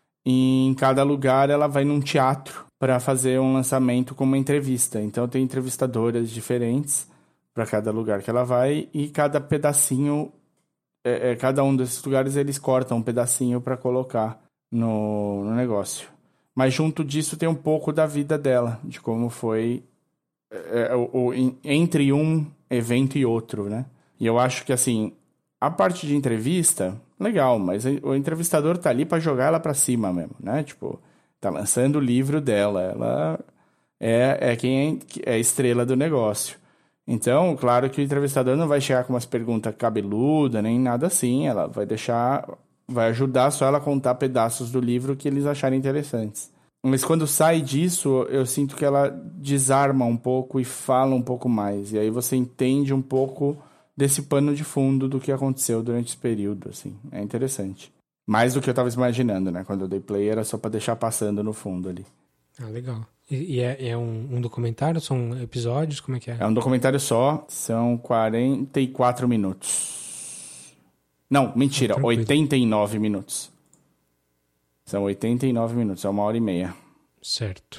E em cada lugar ela vai num teatro para fazer um lançamento com uma entrevista. Então tem entrevistadoras diferentes para cada lugar que ela vai, e cada pedacinho, é, é, cada um desses lugares eles cortam um pedacinho para colocar no, no negócio. Mas junto disso tem um pouco da vida dela, de como foi é, o, o, entre um evento e outro, né? E eu acho que assim, a parte de entrevista, legal, mas o entrevistador tá ali para jogar ela para cima mesmo, né? Tipo, tá lançando o livro dela, ela é, é quem é a estrela do negócio. Então, claro que o entrevistador não vai chegar com umas perguntas cabeludas, nem nada assim, ela vai deixar, vai ajudar só ela a contar pedaços do livro que eles acharem interessantes. Mas quando sai disso, eu sinto que ela desarma um pouco e fala um pouco mais, e aí você entende um pouco desse pano de fundo do que aconteceu durante esse período, assim. É interessante. Mais do que eu tava imaginando, né? Quando eu dei play era só pra deixar passando no fundo ali. Ah, legal. E, e é, é um, um documentário? São episódios? Como é que é? É um documentário só, são quarenta e quatro minutos. Não, mentira, ah, oitenta e nove minutos. São oitenta e nove minutos, é uma hora e meia. Certo.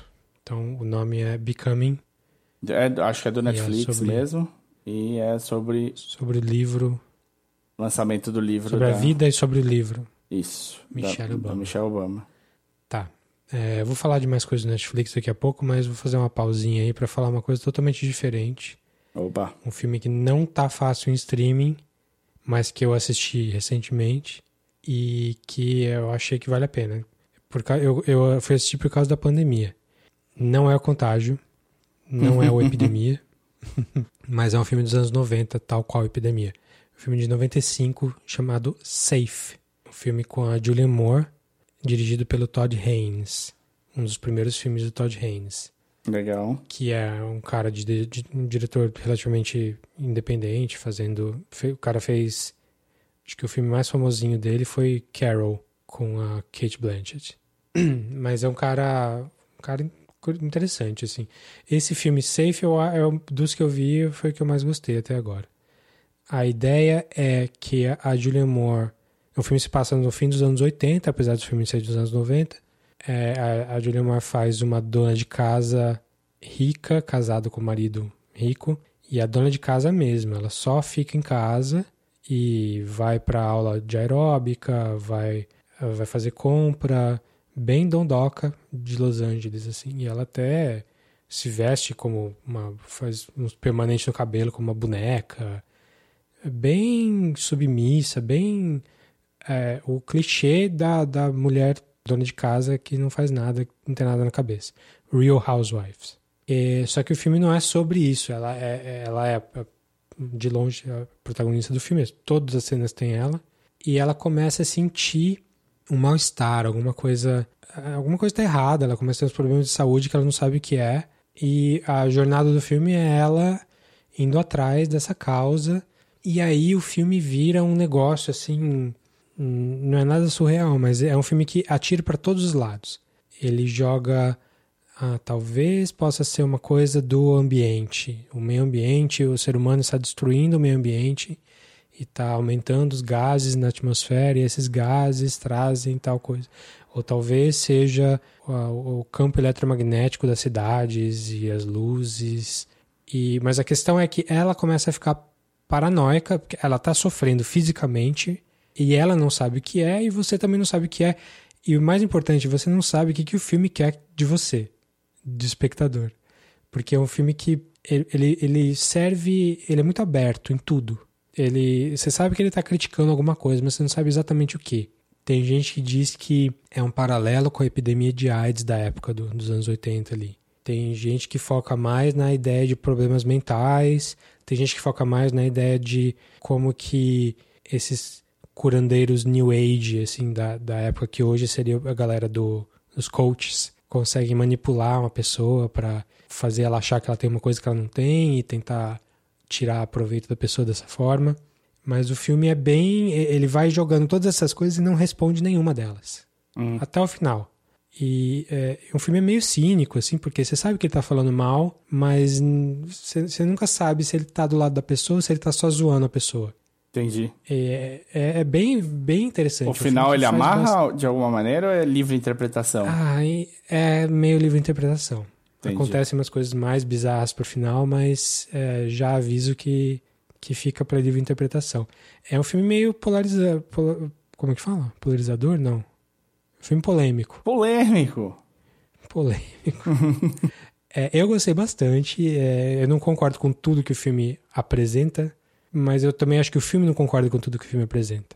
Então, o nome é Becoming. É, acho que é do Netflix é sobre, mesmo. E é sobre... Sobre o livro... Lançamento do livro Sobre da... a vida e sobre o livro. Isso. Michelle da, Obama. Da Michelle Obama. Tá. É, eu vou falar de mais coisas do Netflix daqui a pouco, mas vou fazer uma pausinha aí pra falar uma coisa totalmente diferente. Opa. Um filme que não tá fácil em streaming, mas que eu assisti recentemente e que eu achei que vale a pena. Por, eu, eu fui assistir por causa da pandemia. Não é o Contágio, não é o Epidemia, mas é um filme dos anos noventa, tal qual Epidemia. Um filme de noventa e cinco chamado Safe. Um filme com a Julianne Moore, dirigido pelo Todd Haynes. Um dos primeiros filmes do Todd Haynes. Legal. Que é um cara de, de um diretor relativamente independente, fazendo... O cara fez... Acho que o filme mais famosinho dele foi Carol, com a Cate Blanchett. Mas é um cara... Um cara interessante, assim. Esse filme Safe, eu, eu, dos que eu vi, foi o que eu mais gostei até agora. A ideia é que a Julianne Moore... O filme se passa no fim dos anos oitenta, apesar do filme ser dos anos noventa. É, a, a Julianne Moore faz uma dona de casa rica, casada com o marido rico. E a dona de casa mesmo, ela só fica em casa e vai para aula de aeróbica, vai, vai fazer compra, bem dondoca de Los Angeles, assim. E ela até se veste como uma... faz um permanente no cabelo como uma boneca... bem submissa, bem é, o clichê da, da mulher dona de casa que não faz nada, não tem nada na cabeça. Real Housewives. E, só que o filme não é sobre isso. Ela é, ela é de longe a protagonista do filme. Todas as cenas tem ela. E ela começa a sentir um mal-estar, alguma coisa... Alguma coisa está errada. Ela começa a ter uns problemas de saúde que ela não sabe o que é. E a jornada do filme é ela indo atrás dessa causa. E aí o filme vira um negócio assim, não é nada surreal, mas é um filme que atira para todos os lados. Ele joga, ah, talvez possa ser uma coisa do ambiente, o meio ambiente, o ser humano está destruindo o meio ambiente e está aumentando os gases na atmosfera e esses gases trazem tal coisa. Ou talvez seja o, o campo eletromagnético das cidades e as luzes. E, mas a questão é que ela começa a ficar paranoica, porque ela está sofrendo fisicamente e ela não sabe o que é e você também não sabe o que é. E o mais importante, você não sabe o que, que o filme quer de você, de espectador. Porque é um filme que ele, ele serve, ele é muito aberto em tudo. Ele, você sabe que ele está criticando alguma coisa, mas você não sabe exatamente o que. Tem gente que diz que é um paralelo com a epidemia de AIDS da época do, dos anos oitenta ali. Tem gente que foca mais na ideia de problemas mentais, tem gente que foca mais na ideia de como que esses curandeiros New Age, assim, da, da época que hoje seria a galera do, dos coaches, conseguem manipular uma pessoa para fazer ela achar que ela tem uma coisa que ela não tem e tentar tirar proveito da pessoa dessa forma. Mas o filme é bem... Ele vai jogando todas essas coisas e não responde nenhuma delas. Hum. Até o final. E é, o filme é meio cínico, assim, porque você sabe que ele tá falando mal, mas você, você nunca sabe se ele tá do lado da pessoa ou se ele tá só zoando a pessoa. Entendi. É, é, é bem, bem interessante. O final ele amarra bastante... de alguma maneira ou é livre interpretação? Ah, é meio livre interpretação. Entendi. Acontecem umas coisas mais bizarras pro final, mas é, já aviso que, que fica pra livre interpretação. É um filme meio polarizador. Polar... Como é que fala? Polarizador? Não. Filme polêmico. Polêmico. Polêmico. é, eu gostei bastante. É, eu não concordo com tudo que o filme apresenta, mas eu também acho que o filme não concorda com tudo que o filme apresenta.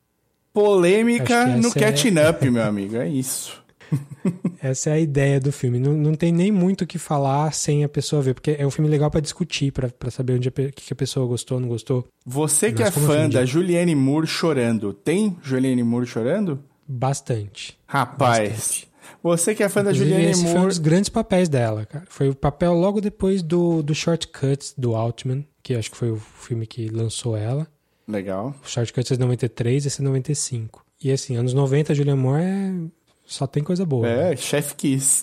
Polêmica no catching up, é... meu amigo. É isso. Essa é a ideia do filme. Não, não tem nem muito o que falar sem a pessoa ver, porque é um filme legal pra discutir, pra, pra saber onde a, que a pessoa gostou, não gostou. Você que mas é fã da Julianne Moore chorando, tem Julianne Moore chorando? Bastante. Rapaz, bastante. Você que é fã Inclusive, da Julianne esse Moore... foi um dos grandes papéis dela, cara. Foi o papel logo depois do, do Shortcuts, do Altman, que acho que foi o filme que lançou ela. Legal. O Shortcuts é de noventa e três, esse é noventa e cinco. E assim, anos noventa, a Julianne Moore é... só tem coisa boa. É, né? Chef Kiss.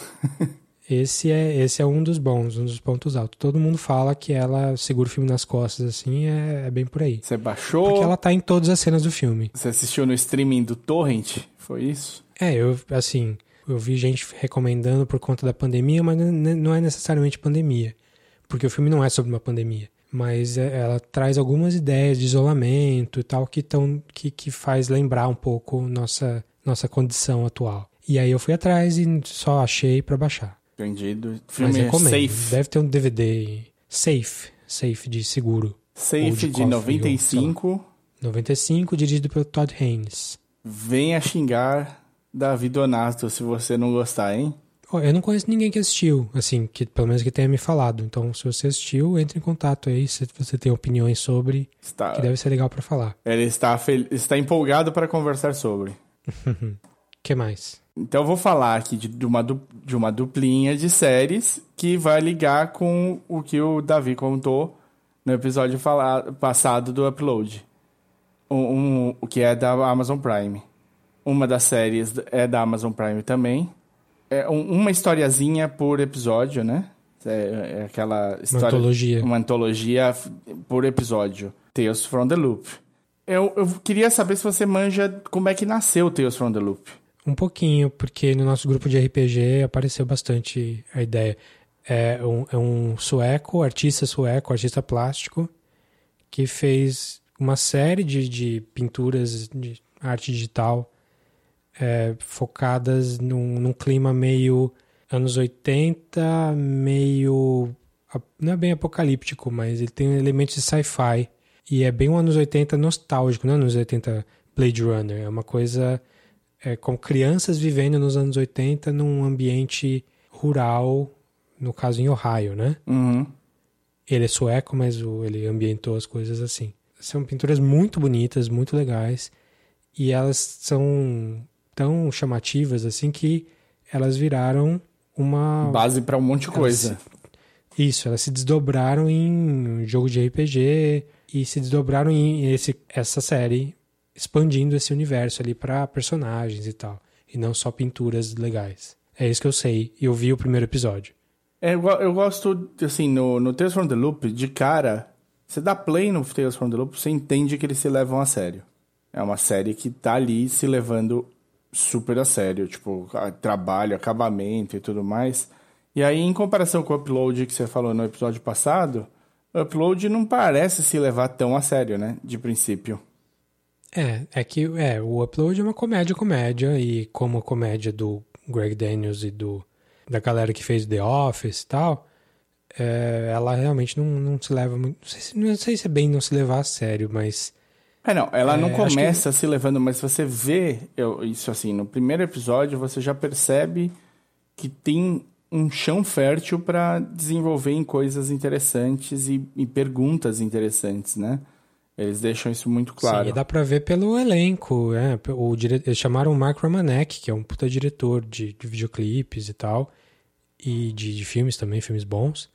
esse, é, esse é um dos bons, um dos pontos altos. Todo mundo fala que ela segura o filme nas costas, assim, é, é bem por aí. Você baixou? Porque ela tá em todas as cenas do filme. Você assistiu no streaming do Torrent? Foi isso? É, eu, assim, eu vi gente recomendando por conta da pandemia, mas não é necessariamente pandemia, porque o filme não é sobre uma pandemia, mas ela traz algumas ideias de isolamento e tal que, tão, que, que faz lembrar um pouco nossa, nossa condição atual. E aí eu fui atrás e só achei pra baixar. Entendido. Filme mas recomendo. Safe. Deve ter um D V D Safe, Safe de seguro. Safe de, de noventa e cinco. noventa e cinco, dirigido pelo Todd Haynes. Venha xingar Davi Donato se você não gostar, hein? Oh, eu não conheço ninguém que assistiu, assim, que pelo menos que tenha me falado. Então, se você assistiu, entre em contato aí, se você tem opiniões sobre, está... que deve ser legal pra falar. Ele está, fel... está empolgado para conversar sobre. O que mais? Então eu vou falar aqui de, de, uma, du... de uma duplinha de séries que vai ligar com o que o Davi contou no episódio fala... passado do Upload. Um, um, o que é da Amazon Prime. Uma das séries é da Amazon Prime também. É um, uma historiazinha por episódio, né? É, é aquela história... Uma antologia. Uma antologia por episódio. Tales from the Loop. Eu, eu queria saber se você manja como é que nasceu Tales from the Loop. Um pouquinho, porque no nosso grupo de R P G apareceu bastante a ideia. É um, é um sueco, artista sueco, artista plástico, que fez uma série de, de pinturas de arte digital é, focadas num, num clima meio anos oitenta, meio... não é bem apocalíptico, mas ele tem elementos de sci-fi. E é bem um anos oitenta nostálgico, não é anos oitenta Blade Runner. É uma coisa é, com crianças vivendo nos anos oitenta num ambiente rural, no caso em Ohio, né? Uhum. Ele é sueco, mas o, ele ambientou as coisas assim. São pinturas muito bonitas, muito legais. E elas são tão chamativas assim que elas viraram uma... base para um monte de coisa. Se... Isso, elas se desdobraram em um jogo de R P G e se desdobraram em esse, essa série, expandindo esse universo ali para personagens e tal. E não só pinturas legais. É isso que eu sei. E eu vi o primeiro episódio. É, eu, eu gosto, assim, no, no Tales from the Loop, de cara, você dá play no Tales from the Loop, você entende que eles se levam a sério. É uma série que tá ali se levando super a sério, tipo, trabalho, acabamento e tudo mais. E aí, em comparação com o Upload que você falou no episódio passado, o Upload não parece se levar tão a sério, né? De princípio. É, é que é, o Upload é uma comédia-comédia, e como a comédia do Greg Daniels e do, da galera que fez The Office e tal, é, ela realmente não, não se leva muito... Não sei, se, não sei se é bem não se levar a sério, mas... É, não, ela é, não começa que... se levando, mas se você vê eu, isso assim, no primeiro episódio, você já percebe que tem um chão fértil para desenvolver em coisas interessantes e, e perguntas interessantes, né? Eles deixam isso muito claro. Sim, e dá pra ver pelo elenco, né? O dire... Eles chamaram o Mark Romanek, que é um puta diretor de, de videoclipes e tal, e de, de filmes também, filmes bons.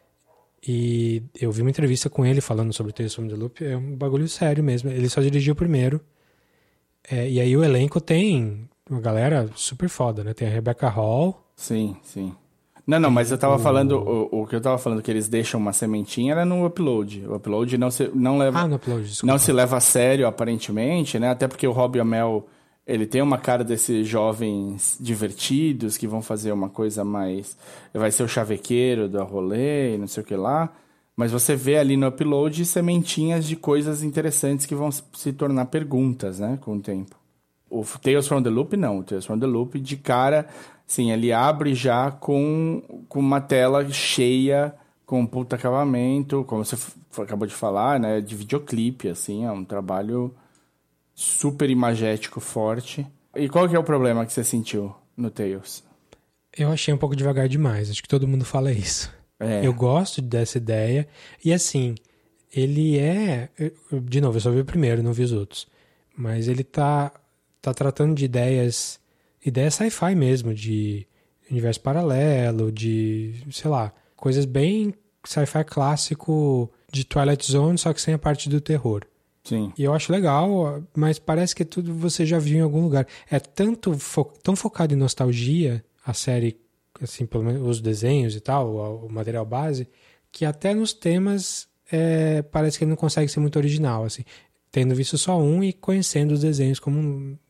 E eu vi uma entrevista com ele falando sobre o Tales from the Loop, é um bagulho sério mesmo. Ele só dirigiu o primeiro. É, e aí o elenco tem uma galera super foda, né? Tem a Rebecca Hall. Sim, sim. Não, não, mas eu tava o... falando, o, o que eu tava falando que eles deixam uma sementinha era no Upload. O Upload não se, não leva, ah, no Upload, desculpa. Não se leva a sério, aparentemente, né? Até porque o Robbie Amell, ele tem uma cara desses jovens divertidos que vão fazer uma coisa mais... Vai ser o chavequeiro do rolê e não sei o que lá. Mas você vê ali no Upload sementinhas de coisas interessantes que vão se tornar perguntas, né? Com o tempo. O Tales from the Loop, não. O Tales from the Loop, de cara... Sim, ele abre já com, com uma tela cheia, com um puta acabamento, como você f- acabou de falar, né? De videoclipe, assim, é um trabalho super imagético, forte. E qual que é o problema que você sentiu no Tales? Eu achei um pouco devagar demais, acho que todo mundo fala isso. É. Eu gosto dessa ideia, e assim, ele é... Eu, de novo, eu só vi o primeiro, não vi os outros. Mas ele tá, tá tratando de ideias... Ideia sci-fi mesmo, de universo paralelo, de, sei lá, coisas bem sci-fi clássico de Twilight Zone, só que sem a parte do terror. Sim. E eu acho legal, mas parece que tudo você já viu em algum lugar. É tanto fo- tão focado em nostalgia, a série, assim, pelo menos os desenhos e tal, o, o material base, que até nos temas é, parece que ele não consegue ser muito original, assim. Tendo visto só um e conhecendo os desenhos como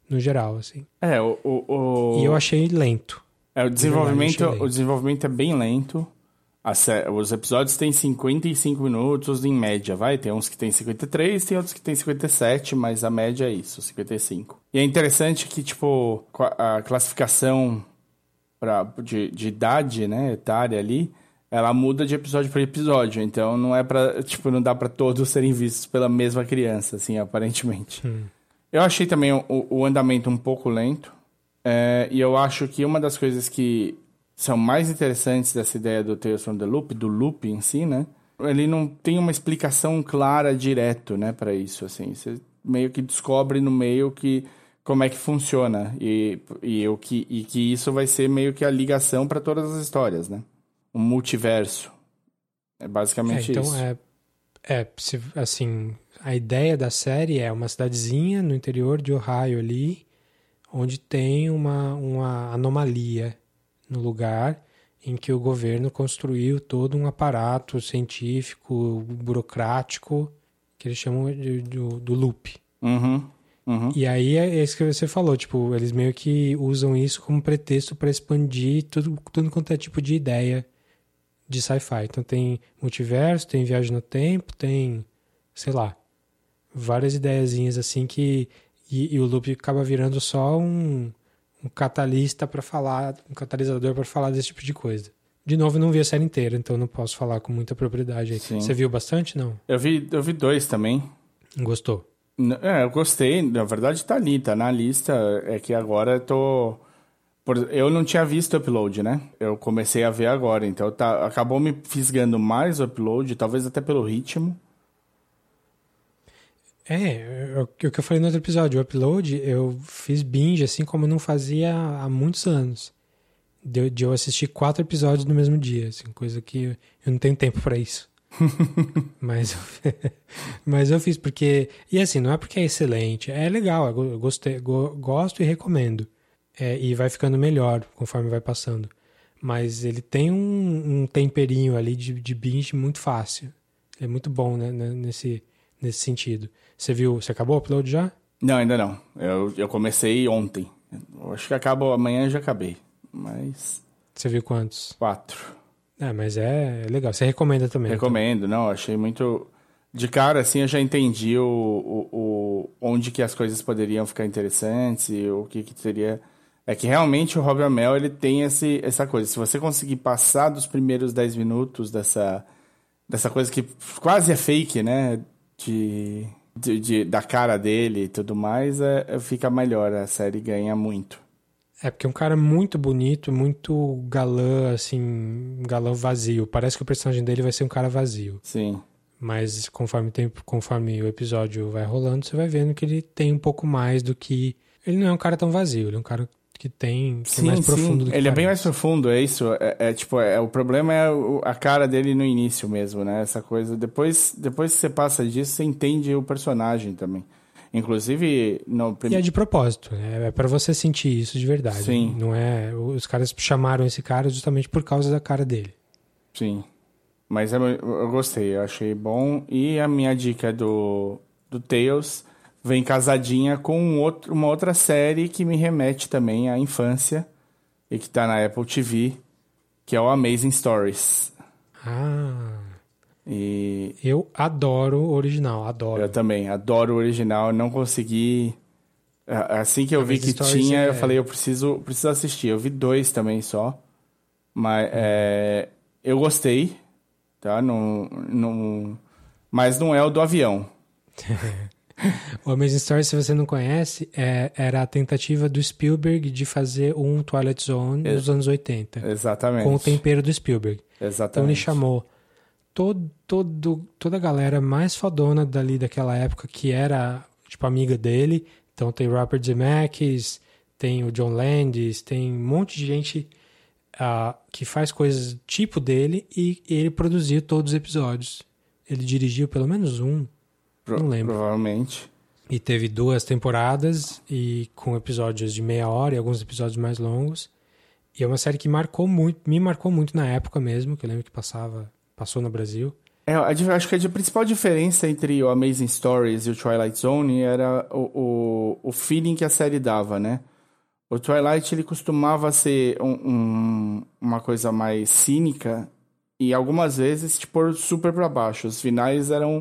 no geral, assim. É, o... o, o... E eu achei lento. É, o desenvolvimento, verdade, o desenvolvimento é bem lento. Sé... Os episódios têm cinquenta e cinco minutos em média, vai? Tem uns que tem cinquenta e três, tem outros que tem cinquenta e sete, mas a média é isso, cinquenta e cinco. E é interessante que, tipo, a classificação pra, de, de idade, né, etária ali, ela muda de episódio para episódio. Então, não é pra, tipo, não dá pra todos serem vistos pela mesma criança, assim, aparentemente. Hum. Eu achei também o, o andamento um pouco lento. É, e eu acho que uma das coisas que são mais interessantes dessa ideia do Tales from the Loop, do loop em si, né? Ele não tem uma explicação clara direto, né, para isso, assim. Você meio que descobre no meio que como é que funciona e, e, o que, e que isso vai ser meio que a ligação para todas as histórias, né? Um multiverso. É basicamente é, então isso. É, é, se, assim, a ideia da série é uma cidadezinha no interior de Ohio ali, onde tem uma, uma anomalia no lugar em que o governo construiu todo um aparato científico, burocrático, que eles chamam de, do, do loop. Uhum, uhum. E aí é isso que você falou, tipo, eles meio que usam isso como pretexto para expandir tudo, tudo quanto é tipo de ideia de sci-fi. Então tem multiverso, tem viagem no tempo, tem, sei lá, várias ideiazinhas assim que... E, e o loop acaba virando só um... um catalista para falar, um catalisador para falar desse tipo de coisa. De novo, eu não vi a série inteira, então não posso falar com muita propriedade aí. Sim. Você viu bastante, não? Eu vi, eu vi dois também. Gostou? É, eu gostei. Na verdade, tá ali, tá na lista. É que agora eu tô... Por... Eu não tinha visto o upload, né? Eu comecei a ver agora, então tá... acabou me fisgando mais o upload, talvez até pelo ritmo. É, o que eu falei no outro episódio, o upload, eu fiz binge assim como eu não fazia há muitos anos. De, de eu assistir quatro episódios no mesmo dia, assim, coisa que eu, eu não tenho tempo pra isso. mas, mas eu fiz porque... E assim, não é porque é excelente, é legal, eu gostei, go, gosto e recomendo. É, e vai ficando melhor conforme vai passando. Mas ele tem um, um temperinho ali de, de binge muito fácil. É muito bom, né, nesse, nesse sentido. Você viu, você acabou o upload já? Não, ainda não. Eu, eu comecei ontem. Eu acho que acabo amanhã, já acabei. Mas... Você viu quantos? Quatro. É, mas é legal. Você recomenda também? Recomendo, então. Não, achei muito... De cara, assim, eu já entendi o, o, o, onde que as coisas poderiam ficar interessantes e o que que seria... É que realmente o Rob Amell, ele tem esse, essa coisa. Se você conseguir passar dos primeiros dez minutos dessa, dessa coisa que quase é fake, né? De, de, de da cara dele e tudo mais, é, fica melhor. A série ganha muito. É, porque é um cara muito bonito, muito galã, assim, um galã vazio. Parece que o personagem dele vai ser um cara vazio. Sim. Mas conforme, tempo, conforme o episódio vai rolando, você vai vendo que ele tem um pouco mais do que... Ele não é um cara tão vazio, ele é um cara que tem... Que sim, é mais sim. profundo do que ele parece. é bem mais profundo, é isso. É, é tipo, é, o problema é o, a cara dele no início mesmo, né? Essa coisa. Depois, depois que você passa disso, você entende o personagem também. Inclusive, no prim... E é de propósito, né? É pra você sentir isso de verdade. Sim. Não é... Os caras chamaram esse cara justamente por causa da cara dele. Sim. Mas eu, eu gostei, eu achei bom. E a minha dica do, do Tales vem casadinha com um outro, uma outra série que me remete também à infância e que tá na Apple T V, que é o Amazing Stories. Ah... E eu adoro o original, adoro. Eu também, adoro o original. Não consegui... Assim que eu vi que tinha, é... eu falei, eu preciso, preciso assistir. Eu vi dois também só. Mas hum. é, eu gostei, tá? Não, não, mas não é o do avião. O Amazing Story, se você não conhece, é, era a tentativa do Spielberg de fazer um Twilight Zone nos anos oitenta. Exatamente. Com o tempero do Spielberg. Exatamente. Então ele chamou todo, todo, toda a galera mais fodona dali daquela época, que era, tipo, amiga dele. Então tem Robert Zemeckis, tem o John Landis, tem um monte de gente uh, que faz coisas tipo dele, e ele produziu todos os episódios. Ele dirigiu pelo menos um. Pro, não lembro. Provavelmente. E teve duas temporadas, e com episódios de meia hora e alguns episódios mais longos. E é uma série que marcou muito, me marcou muito na época mesmo, que eu lembro que passava, passou no Brasil. É, a di- acho que a di- principal diferença entre o Amazing Stories e o Twilight Zone era o, o, o feeling que a série dava, né? O Twilight, ele costumava ser um- um- uma coisa mais cínica e algumas vezes te pôr super pra baixo. Os finais eram,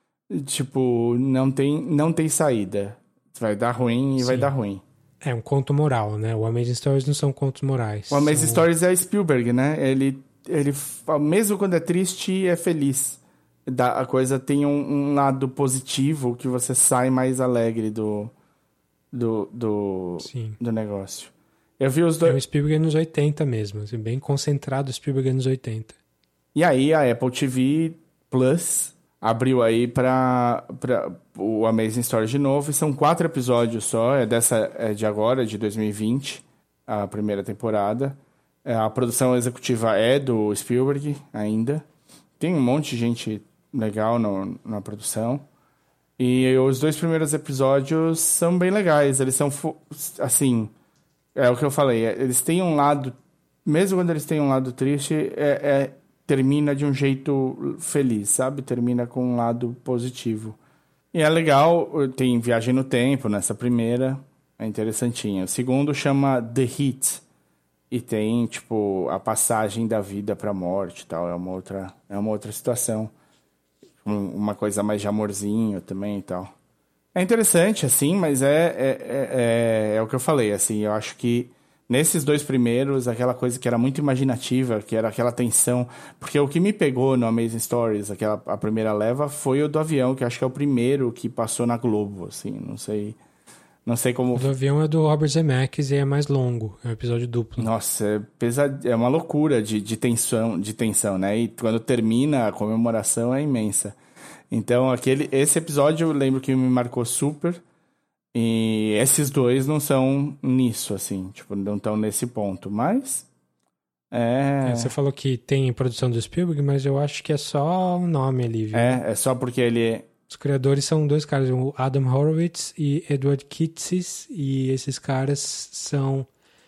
tipo, não tem, não tem saída. Vai dar ruim e vai Sim. dar ruim. É um conto moral, né? O Amazing Stories não são contos morais. O Amazing são... Stories é Spielberg, né? Ele, ele, mesmo quando é triste, é feliz. Da, a coisa tem um, um lado positivo que você sai mais alegre do, do, do, Sim. do negócio. Eu vi os É dois. um Spielberg anos oitenta mesmo, assim, bem concentrado Spielberg anos oitenta. E aí a Apple T V Plus abriu aí pra, pra o Amazing Stories de novo. E são quatro episódios só. É dessa é de agora, de dois mil e vinte, a primeira temporada. É, a produção executiva é do Spielberg ainda. Tem um monte de gente legal no, na produção. E os dois primeiros episódios são bem legais. Eles são, fo- assim, é o que eu falei. é- Eles têm um lado, mesmo quando eles têm um lado triste, é, é- termina de um jeito feliz, sabe? Termina com um lado positivo. E é legal, tem viagem no tempo nessa primeira, é interessantinho. O segundo chama The Heat. E tem, tipo, a passagem da vida pra morte e tal. É uma outra, é uma outra situação. Um- uma coisa mais de amorzinho também e tal. É interessante, assim, mas é, é, é, é, é o que eu falei, assim. Eu acho que nesses dois primeiros, aquela coisa que era muito imaginativa, que era aquela tensão. Porque o que me pegou no Amazing Stories, aquela, a primeira leva, foi o do avião, que eu acho que é o primeiro que passou na Globo, assim. Não sei, não sei como... O do avião é do Robert Zemeckis e é mais longo, é um episódio duplo. Nossa, é, pesad... é uma loucura de, de, tensão, de tensão, né? E quando termina, a comemoração é imensa. Então, aquele, esse episódio eu lembro que me marcou super. E esses dois não são nisso, assim. Tipo, não estão nesse ponto. Mas, é... É, você falou que tem produção do Spielberg, mas eu acho que é só um nome ali, viu? É, é só porque ele... Os criadores são dois caras, o Adam Horowitz e Edward Kitsis, e esses caras são...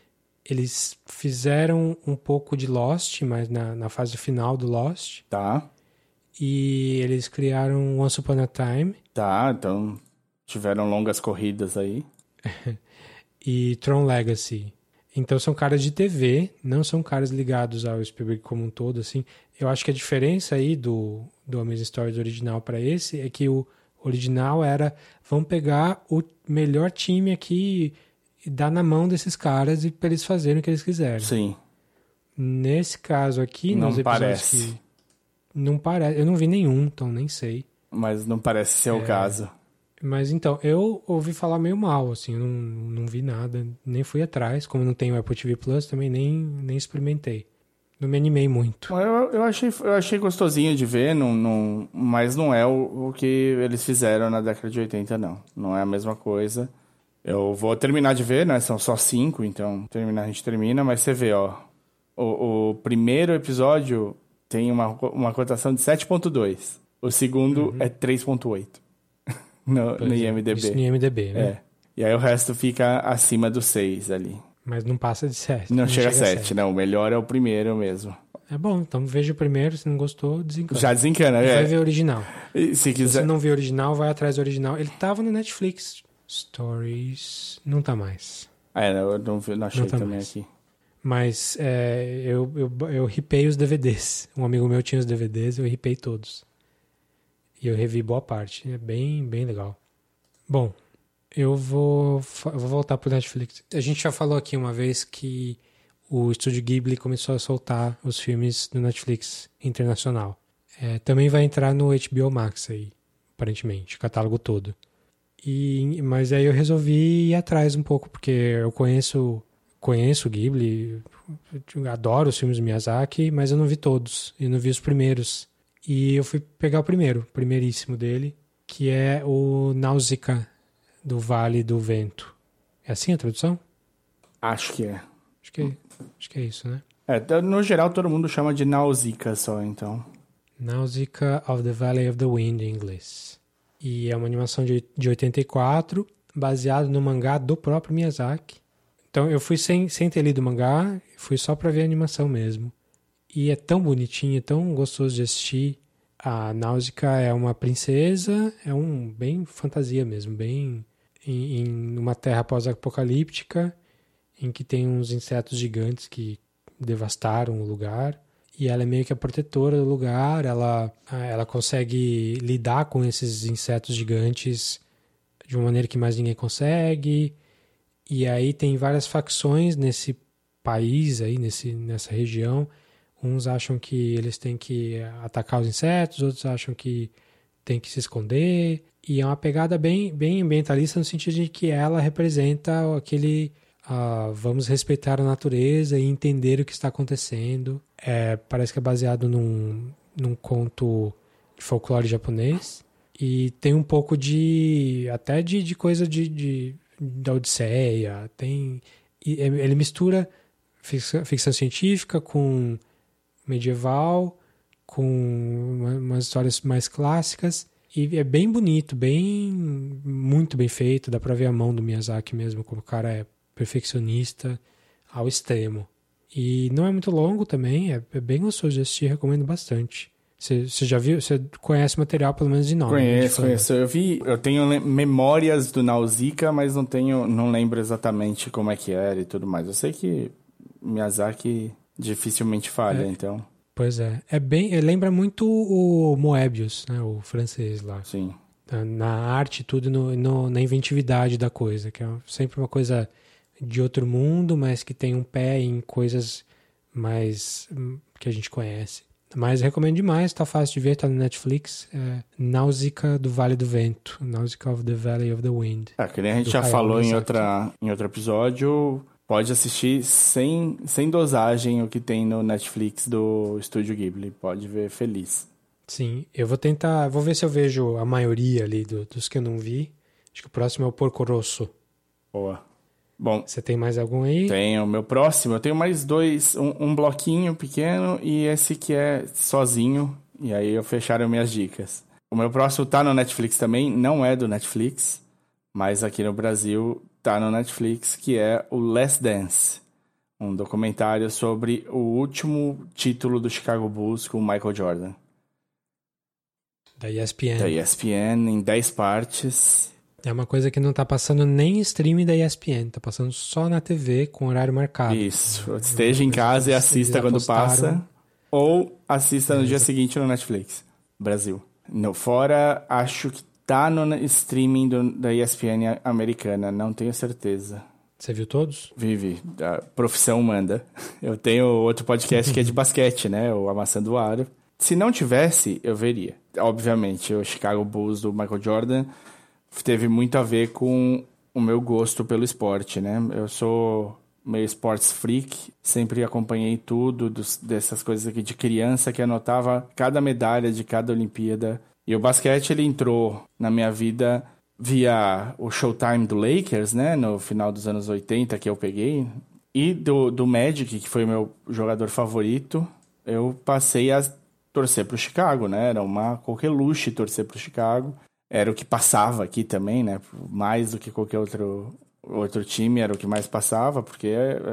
Eles fizeram um pouco de Lost, mas na, na fase final do Lost, Tá, e eles criaram Once Upon a Time tá. Então, tiveram longas corridas aí. e Tron Legacy. Então são caras de T V, não são caras ligados ao Spielberg como um todo, assim. Eu acho que a diferença aí do, do Amazing Stories original para esse é que o original era, vamos pegar o melhor time aqui e dar na mão desses caras e para eles fazerem o que eles quiserem. Sim, Nesse caso aqui, Não nos episódios parece. que não parece, eu não vi nenhum, então nem sei. mas não parece ser o caso. Mas então, eu ouvi falar meio mal, assim, eu não, não vi nada, nem fui atrás, como não tenho Apple T V Plus, também nem, nem experimentei. Não me animei muito. Eu, eu, achei, eu achei gostosinho de ver, não, não, mas não é o, o que eles fizeram na década de oitenta, não. Não é a mesma coisa. Eu vou terminar de ver, né? São só cinco, então terminar a gente termina, mas você vê, ó. O, o primeiro episódio tem uma, uma cotação de sete ponto dois. O segundo é três ponto oito no, Pois no é, I M D B. Isso no I M D B, né? É. E aí o resto fica acima do seis ali. Mas não passa de sete. Não, chega a sete, não. O melhor é o primeiro mesmo. É bom, então veja o primeiro, se não gostou, desencana. Já desencana, E é. vai ver o original. E se Se quiser... você não viu o original, vai atrás do original. Ele tava no Netflix. Stories... Não tá mais. Ah, é, eu não, vi- não achei Não tá também mais. aqui. Mas é, eu, eu, eu ripei os D V Ds. Um amigo meu tinha os D V Ds, eu ripei todos. E eu revi boa parte. É bem, bem legal. Bom, eu vou, fa- eu vou voltar pro Netflix. A gente já falou aqui uma vez que o Estúdio Ghibli começou a soltar os filmes do Netflix internacional. É, também vai entrar no H B O Max aí, aparentemente, o catálogo todo. E, mas aí eu resolvi ir atrás um pouco, porque eu conheço, conheço o Ghibli, eu adoro os filmes do Miyazaki, mas eu não vi todos, eu não vi os primeiros. E eu fui pegar o primeiro, o primeiríssimo dele, que é o Nausicaa, do Vale do Vento. É assim a tradução? Acho que é. Acho que, acho que é isso, né? É, t- no geral todo mundo chama de Nausicaa só, então. Nausicaa of the Valley of the Wind em inglês. E é uma animação de, de oitenta e quatro, baseado no mangá do próprio Miyazaki. Então eu fui sem, sem ter lido o mangá, fui só pra ver a animação mesmo. E é tão bonitinho, é tão gostoso de assistir. A Náusica é uma princesa, é um bem fantasia mesmo, bem em, em uma terra pós-apocalíptica, em que tem uns insetos gigantes que devastaram o lugar. E ela é meio que a protetora do lugar, ela, ela consegue lidar com esses insetos gigantes de uma maneira que mais ninguém consegue. E aí tem várias facções nesse país, aí, nesse, nessa região. Uns acham que eles têm que atacar os insetos, outros acham que tem que se esconder. E é uma pegada bem, bem ambientalista no sentido de que ela representa aquele... Uh, vamos respeitar a natureza e entender o que está acontecendo. É, parece que é baseado num, num conto de folclore japonês. E tem um pouco de... até de, de coisa de, de, da Odisseia. Tem, e ele mistura ficção, ficção científica com medieval, com uma, umas histórias mais clássicas. E é bem bonito, bem muito bem feito. Dá pra ver a mão do Miyazaki mesmo, como o cara é perfeccionista ao extremo. E não é muito longo também, é, é bem gostoso de assistir, recomendo bastante. Você já viu, você conhece o material pelo menos de nome? Conheço, de conheço. Eu vi, eu tenho memórias do Nausicaa, mas não tenho, não lembro exatamente como é que era e tudo mais. Eu sei que Miyazaki dificilmente falha, é, então. Pois é, é bem, lembra muito o Moebius, né, o francês lá. Sim. Na, na arte e tudo, no, no, na inventividade da coisa, que é sempre uma coisa de outro mundo, mas que tem um pé em coisas mais que a gente conhece. Mas recomendo demais, tá fácil de ver, tá no Netflix. É Náusica do Vale do Vento, Náusica of the Valley of the Wind. É, que nem a gente já Hayao falou em, Miyazaki. outra, em outro episódio, pode assistir sem, sem dosagem o que tem no Netflix do Estúdio Ghibli, pode ver feliz. Sim, eu vou tentar, vou ver se eu vejo a maioria ali do, dos que eu não vi. Acho que o próximo é o Porco Rosso. Boa. Bom, você tem mais algum aí? Tenho. O meu próximo, eu tenho mais dois, um, um bloquinho pequeno e esse que é sozinho. E aí eu fecharam minhas dicas. O meu próximo tá no Netflix também, não é do Netflix, mas aqui no Brasil tá no Netflix, que é o Last Dance. Um documentário sobre o último título do Chicago Bulls com o Michael Jordan. Da E S P N. Da E S P N, em dez partes. É uma coisa que não tá passando nem em streaming da E S P N, tá passando só na T V com horário marcado. Isso, esteja em casa e assista quando apostaram. passa, ou assista no é, dia seguinte no Netflix, Brasil. No, fora, acho que tá no streaming do, da E S P N americana, não tenho certeza. Você viu todos? Vive, a profissão manda. Eu tenho outro podcast que é de basquete, né, o Amassando o Aro. Se não tivesse, eu veria. Obviamente, o Chicago Bulls do Michael Jordan teve muito a ver com o meu gosto pelo esporte, né? Eu sou meio sports freak, sempre acompanhei tudo dos, dessas coisas aqui de criança, que anotava cada medalha de cada Olimpíada. E o basquete, ele entrou na minha vida via o Showtime do Lakers, né? No final dos anos oitenta, que eu peguei. E do, do Magic, que foi o meu jogador favorito, eu passei a torcer pro Chicago, né? Era uma coqueluche torcer pro Chicago. Era o que passava aqui também, né? Mais do que qualquer outro, outro time, era o que mais passava, porque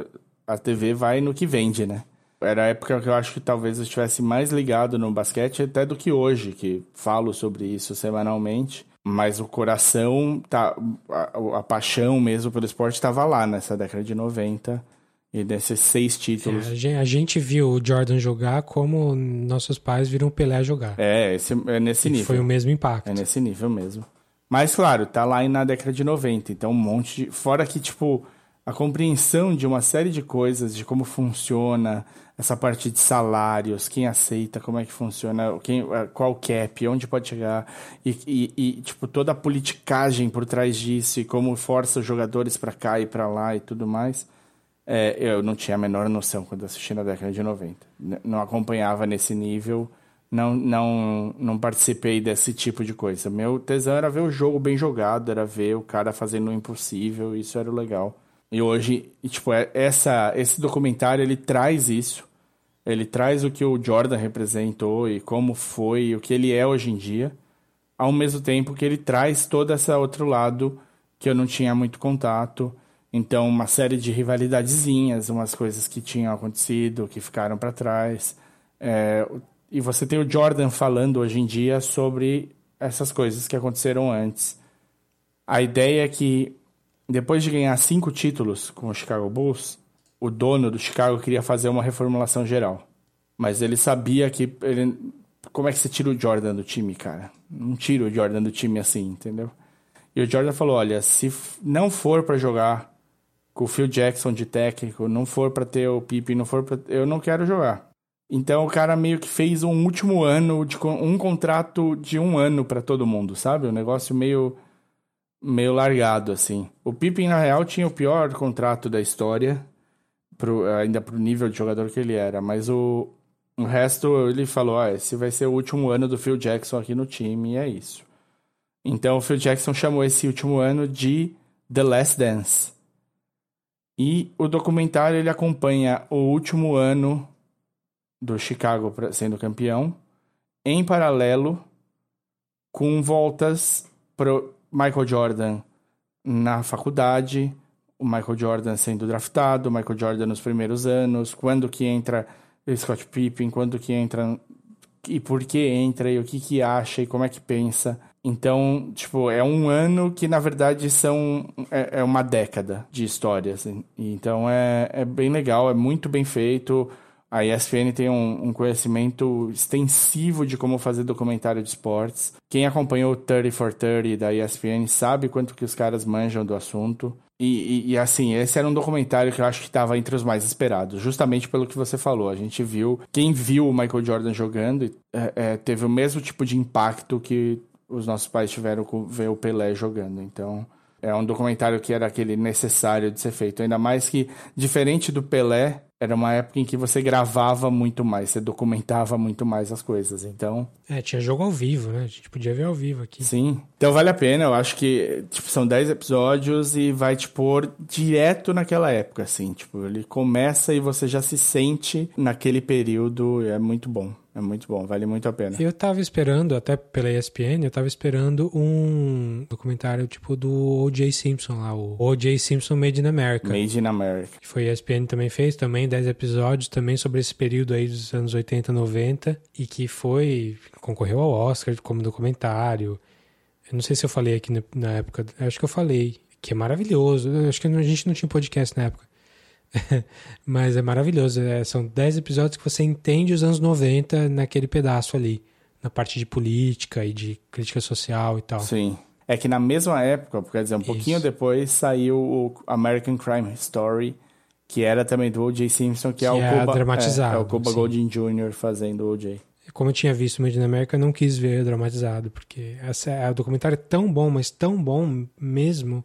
a T V vai no que vende, né? Era a época que eu acho que talvez eu estivesse mais ligado no basquete até do que hoje, que falo sobre isso semanalmente. Mas o coração, tá, a, a paixão mesmo pelo esporte estava lá nessa década de noventa. E desses seis títulos. É, a gente viu o Jordan jogar como nossos pais viram o Pelé jogar. É, esse, é nesse e nível. Foi o mesmo impacto. É nesse nível mesmo. Mas, claro, tá lá na década de noventa. Então, um monte de... Fora que, tipo, a compreensão de uma série de coisas, de como funciona essa parte de salários, quem aceita, como é que funciona, quem, qual cap, onde pode chegar. E, e, e, tipo, toda a politicagem por trás disso e como força os jogadores pra cá e pra lá e tudo mais. É, eu não tinha a menor noção quando assisti na década de noventa. Não acompanhava nesse nível, não, não, não participei desse tipo de coisa. Meu tesão era ver o jogo bem jogado, era ver o cara fazendo o impossível, isso era o legal. E hoje, tipo, essa, esse documentário, ele traz isso. Ele traz o que o Jordan representou e como foi, o que ele é hoje em dia, ao mesmo tempo que ele traz todo esse outro lado que eu não tinha muito contato. Então, uma série de rivalidadezinhas, umas coisas que tinham acontecido, que ficaram para trás. É, e você tem o Jordan falando hoje em dia sobre essas coisas que aconteceram antes. A ideia é que, depois de ganhar cinco títulos com o Chicago Bulls, o dono do Chicago queria fazer uma reformulação geral. Mas ele sabia que... Ele, como é que você tira o Jordan do time, cara? Não tira o Jordan do time assim, entendeu? E o Jordan falou, olha, se não for pra jogar com o Phil Jackson de técnico, não for pra ter o Pippen, não for pra... eu não quero jogar. Então o cara meio que fez um último ano, de um contrato de um ano pra todo mundo, sabe? Um negócio meio, meio largado, assim. O Pippen, na real, tinha o pior contrato da história, pro, ainda pro nível de jogador que ele era. Mas o, o resto, ele falou, ah, esse vai ser o último ano do Phil Jackson aqui no time, e é isso. Então o Phil Jackson chamou esse último ano de The Last Dance. E o documentário, ele acompanha o último ano do Chicago sendo campeão, em paralelo com voltas pro Michael Jordan na faculdade, o Michael Jordan sendo draftado, o Michael Jordan nos primeiros anos, quando que entra o Scott Pippen, quando que entra e por que entra, e o que que acha, e como é que pensa. Então, tipo, é um ano que, na verdade, são é, é uma década de história, assim. Então, é, é bem legal, é muito bem feito. A E S P N tem um, um conhecimento extensivo de como fazer documentário de esportes. Quem acompanhou o thirty for thirty da E S P N sabe quanto que os caras manjam do assunto. E, e, e assim, esse era um documentário que eu acho que estava entre os mais esperados, justamente pelo que você falou. A gente viu, quem viu o Michael Jordan jogando é, é, teve o mesmo tipo de impacto que os nossos pais tiveram com ver o Pelé jogando. Então, é um documentário que era aquele necessário de ser feito. Ainda mais que, diferente do Pelé, era uma época em que você gravava muito mais, você documentava muito mais as coisas, então... É, tinha jogo ao vivo, né? A gente podia ver ao vivo aqui. Sim, então vale a pena, eu acho que, tipo, são dez episódios e vai te pôr direto naquela época, assim, tipo, ele começa e você já se sente naquele período, é muito bom. É muito bom, vale muito a pena. Eu tava esperando, até pela E S P N, eu tava esperando um documentário tipo do O J Simpson lá, o O J Simpson Made in America. Made in America. Que foi a E S P N também fez, também dez episódios, também sobre esse período aí dos anos oitenta, noventa, e que foi, concorreu ao Oscar como documentário. Eu não sei se eu falei aqui na, na época, acho que eu falei, que é maravilhoso, eu acho que a gente não tinha podcast na época. Mas é maravilhoso, é, são dez episódios que você entende os anos noventa naquele pedaço ali, na parte de política e de crítica social e tal. Sim, é que na mesma época, quer dizer, um Isso. pouquinho depois saiu o American Crime Story, que era também do O J Simpson, que, que é o é Cuba, dramatizado, é, é o Cuba sim. Gooding Júnior fazendo o O J. Como eu tinha visto o Made in America, eu não quis ver dramatizado, porque essa, é, o documentário é tão bom, mas tão bom mesmo,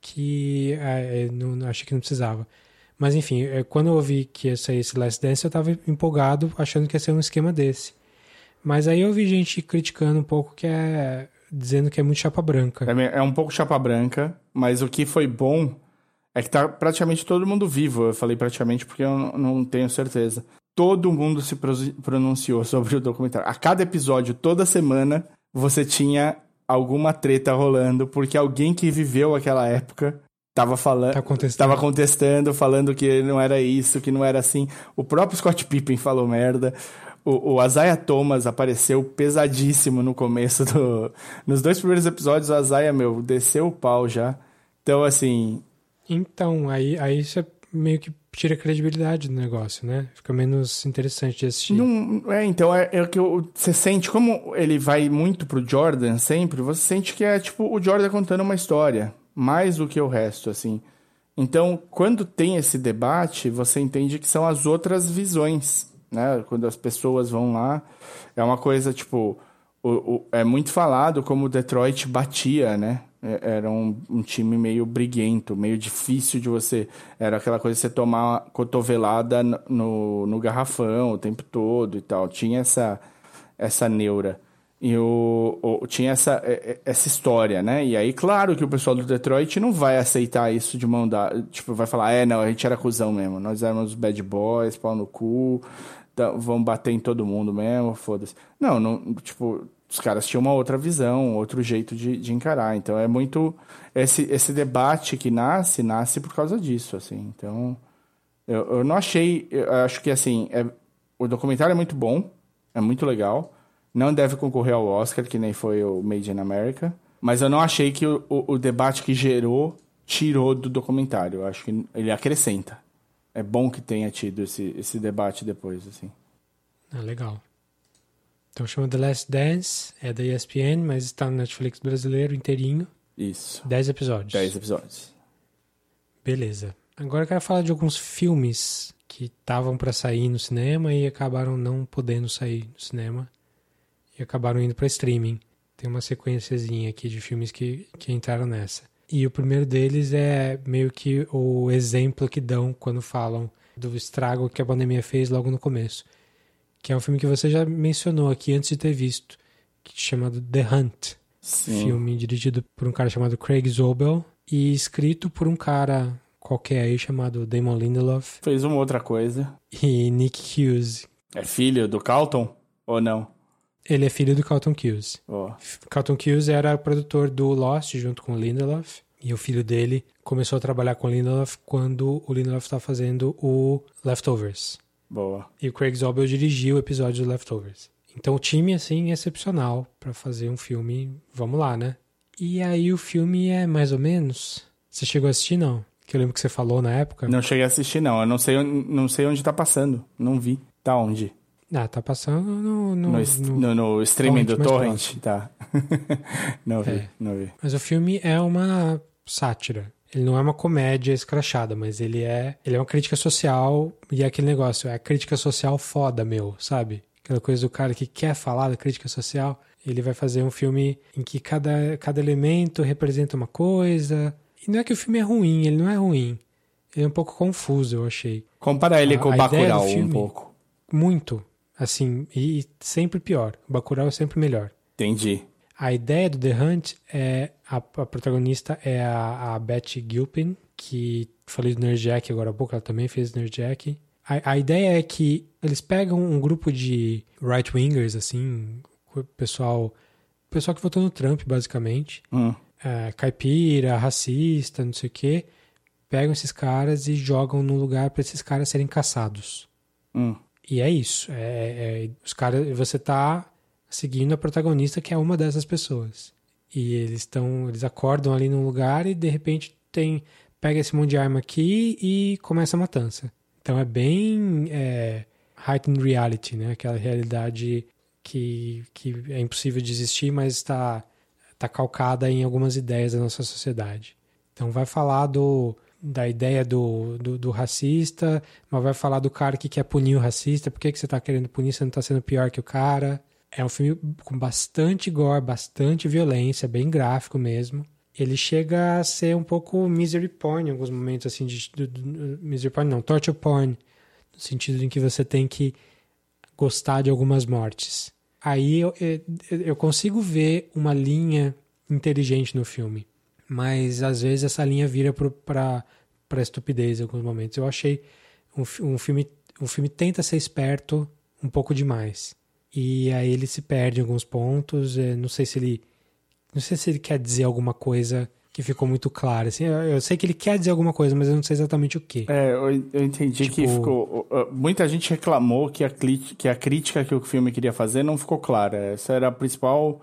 que é, não, não, achei que não precisava. Mas enfim, quando eu ouvi que ia sair esse Last Dance, eu tava empolgado, achando que ia ser um esquema desse. Mas aí eu vi gente criticando um pouco, que é dizendo que é muito chapa branca. É, é um pouco chapa branca, mas o que foi bom é que tá praticamente todo mundo vivo. Eu falei praticamente porque eu não tenho certeza. Todo mundo se pronunciou sobre o documentário. A cada episódio, toda semana, você tinha alguma treta rolando, porque alguém que viveu aquela época... Tava falando, tá contestando. tava contestando, falando que não era isso, que não era assim. O próprio Scott Pippen falou merda. O, o Isaiah Thomas apareceu pesadíssimo no começo do... Nos dois primeiros episódios, o Isaiah, meu, desceu o pau já. Então, assim... Então, aí, aí você meio que tira a credibilidade do negócio, né? Fica menos interessante de assistir. Não, é, então, é, é o que eu, você sente... Como ele vai muito pro Jordan sempre, você sente que é, tipo, o Jordan contando uma história. Mais do que o resto, assim. Então, quando tem esse debate, você entende que são as outras visões, né? Quando as pessoas vão lá, é uma coisa, tipo... O, o, é muito falado como o Detroit batia, né? Era um, um time meio briguento, meio difícil de você... Era aquela coisa de você tomar cotovelada no, no garrafão o tempo todo e tal. Tinha essa, essa neura. E o, o, tinha essa, essa história, né? E aí, claro que o pessoal do Detroit não vai aceitar isso de mão dada. Tipo, vai falar, é, não, a gente era cuzão mesmo. Nós éramos bad boys, pau no cu, então, vamos bater em todo mundo mesmo, foda-se. Não, não, tipo, os caras tinham uma outra visão, outro jeito de, de encarar. Então, é muito... Esse, esse debate que nasce, nasce por causa disso, assim. Então, eu, eu não achei... Eu acho que, assim, é, o documentário é muito bom. É muito legal. Não deve concorrer ao Oscar, que nem foi o Made in America. Mas eu não achei que o, o, o debate que gerou tirou do documentário. Eu acho que ele acrescenta. É bom que tenha tido esse, esse debate depois, assim. Ah, legal. Então chama The Last Dance, é da E S P N, mas está no Netflix brasileiro inteirinho. Isso. Dez episódios. Dez episódios. Beleza. Agora eu quero falar de alguns filmes que estavam para sair no cinema e acabaram não podendo sair no cinema. E acabaram indo para streaming. Tem uma sequenciazinha aqui de filmes que, que entraram nessa. E o primeiro deles é meio que o exemplo que dão quando falam do estrago que a pandemia fez logo no começo. Que é um filme que você já mencionou aqui antes de ter visto, que é chamado The Hunt. Sim. Filme dirigido por um cara chamado Craig Zobel e escrito por um cara qualquer aí chamado Damon Lindelof. Fez uma outra coisa. E Nick Hughes. É filho do Carlton ou não? Ele é filho do Carlton Cuse. Oh. Carlton Cuse era produtor do Lost junto com o Lindelof. E o filho dele começou a trabalhar com o Lindelof quando o Lindelof estava fazendo o Leftovers. Boa. E o Craig Zobel dirigiu o episódio do Leftovers. Então o time, assim, é excepcional para fazer um filme. Vamos lá, né? E aí o filme é mais ou menos... Você chegou a assistir, não? Que eu lembro que você falou na época. Não cheguei a assistir, não. Eu não sei, não sei onde tá passando. Não vi. Tá onde? Ah, tá passando no... No, no, no, no, no streaming torrent do Torrent? próximo. Tá. Não vi, É. não vi. Mas o filme é uma sátira. Ele não é uma comédia escrachada, mas ele é, ele é uma crítica social e é aquele negócio, é a crítica social foda, meu, sabe? Aquela coisa do cara que quer falar da crítica social. Ele vai fazer um filme em que cada, cada elemento representa uma coisa. E não é que o filme é ruim, ele não é ruim. Ele é um pouco confuso, eu achei. Compara ele A- com o a ideia do Bacurau um filme- pouco. Muito, assim, e, e sempre pior. O Bacurau é sempre melhor. Entendi. A ideia do The Hunt é... A, a protagonista é a, a Betty Gilpin, que falei do Nerdjack agora há pouco, ela também fez Nerdjack. A, a ideia é que eles pegam um grupo de right-wingers, assim, o pessoal, o pessoal que votou no Trump, basicamente, Hum. é, caipira, racista, não sei o quê, pegam esses caras e jogam num lugar para esses caras serem caçados. Hum. E é isso. É, é, os caras, você tá seguindo a protagonista, que é uma dessas pessoas. E eles estão, eles acordam ali num lugar e de repente tem, pega esse monte de arma aqui e começa a matança. Então é bem é, heightened reality, né? Aquela realidade que, que é impossível de existir, mas está tá calcada em algumas ideias da nossa sociedade. Então vai falar do, da ideia do, do, do racista, mas vai falar do cara que quer punir o racista. Por que, que você está querendo punir? Você não está sendo pior que o cara. É um filme com bastante gore, bastante violência, bem gráfico mesmo. Ele chega a ser um pouco misery porn em alguns momentos, assim, de, de, de misery porn não, torture porn, no sentido em que você tem que gostar de algumas mortes. Aí eu, eu, eu consigo ver uma linha inteligente no filme, mas às vezes essa linha vira para para estupidez em alguns momentos. Eu achei um, um filme, um filme tenta ser esperto um pouco demais. E aí ele se perde em alguns pontos. Não sei se ele, não sei se ele quer dizer alguma coisa que ficou muito clara. Assim, eu, eu sei que ele quer dizer alguma coisa, mas eu não sei exatamente o quê. É, eu, eu entendi Tipo- que ficou... uh, Muita gente reclamou que a, cli- que a crítica que o filme queria fazer não ficou clara. Essa era a principal...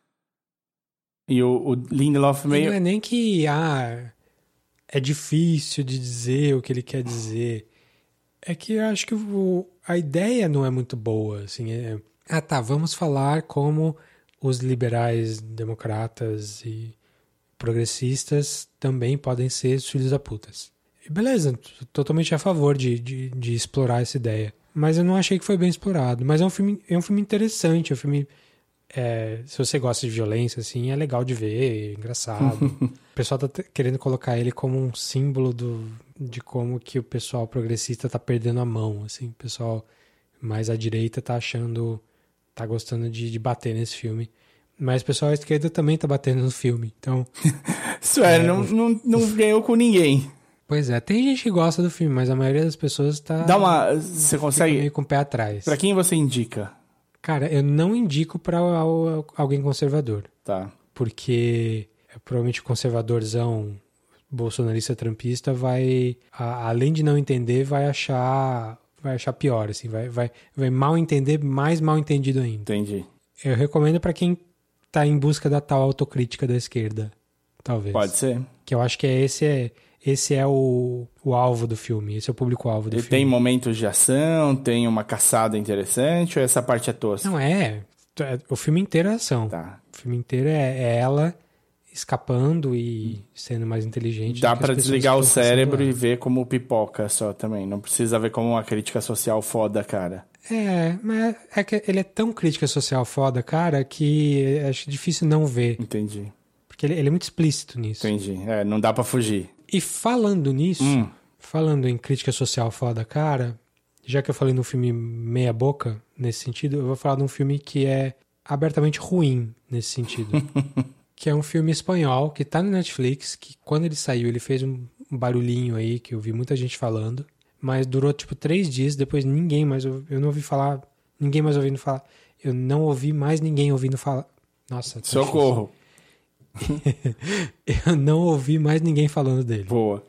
E o, o Lindelof E meio... não é nem que ah, é difícil de dizer o que ele quer dizer. É que eu acho que o, a ideia não é muito boa. Assim, é, ah, tá, vamos falar como os liberais, democratas e progressistas também podem ser os filhos da putas. E beleza, tô totalmente a favor de, de, de explorar essa ideia. Mas eu não achei que foi bem explorado. Mas é um filme, é um filme interessante, é um filme... É, se você gosta de violência, assim, é legal de ver, é engraçado. O pessoal tá t- querendo colocar ele como um símbolo do, de como que o pessoal progressista tá perdendo a mão, assim. O pessoal mais à direita tá achando, tá gostando de, de bater nesse filme. Mas o pessoal à esquerda também tá batendo no filme, então... Isso é, não, não, não ganhou com ninguém. Pois é, tem gente que gosta do filme, mas a maioria das pessoas tá... Dá uma... Você fica consegue... meio com o pé atrás. Pra quem você indica? Cara, eu não indico pra al- alguém conservador. Tá. Porque é, provavelmente o conservadorzão bolsonarista trampista vai, a- além de não entender, vai achar vai achar pior, assim, vai, vai, vai mal entender, mais mal entendido ainda. Entendi. Eu recomendo pra quem tá em busca da tal autocrítica da esquerda, talvez. Pode ser. Que eu acho que é esse é, esse é o, o alvo do filme, esse é o público-alvo do Ele filme. tem momentos de ação, tem uma caçada interessante, ou essa parte é tosca? Não, é, é o filme inteiro é ação. Tá. O filme inteiro é, é ela escapando e sendo mais inteligente. Dá do que pra as pessoas desligar que o estão caçando cérebro e ela. ver como pipoca só também. Não precisa ver como uma crítica social foda, cara. É, mas é que ele é tão crítica social foda, cara, que acho difícil não ver. Entendi. Porque ele, ele é muito explícito nisso. Entendi. É, não dá pra fugir. E falando nisso, Hum. falando em crítica social foda, cara, já que eu falei num filme meia boca, nesse sentido, eu vou falar de um filme que é abertamente ruim nesse sentido. Que é um filme espanhol, que tá no Netflix, que quando ele saiu, ele fez um um barulhinho aí, que eu vi muita gente falando, mas durou tipo três dias, depois ninguém mais, eu, eu não ouvi falar, ninguém mais ouvindo falar, eu não ouvi mais ninguém ouvindo falar. Nossa, tá Socorro. difícil. Eu não ouvi mais ninguém falando dele. Boa.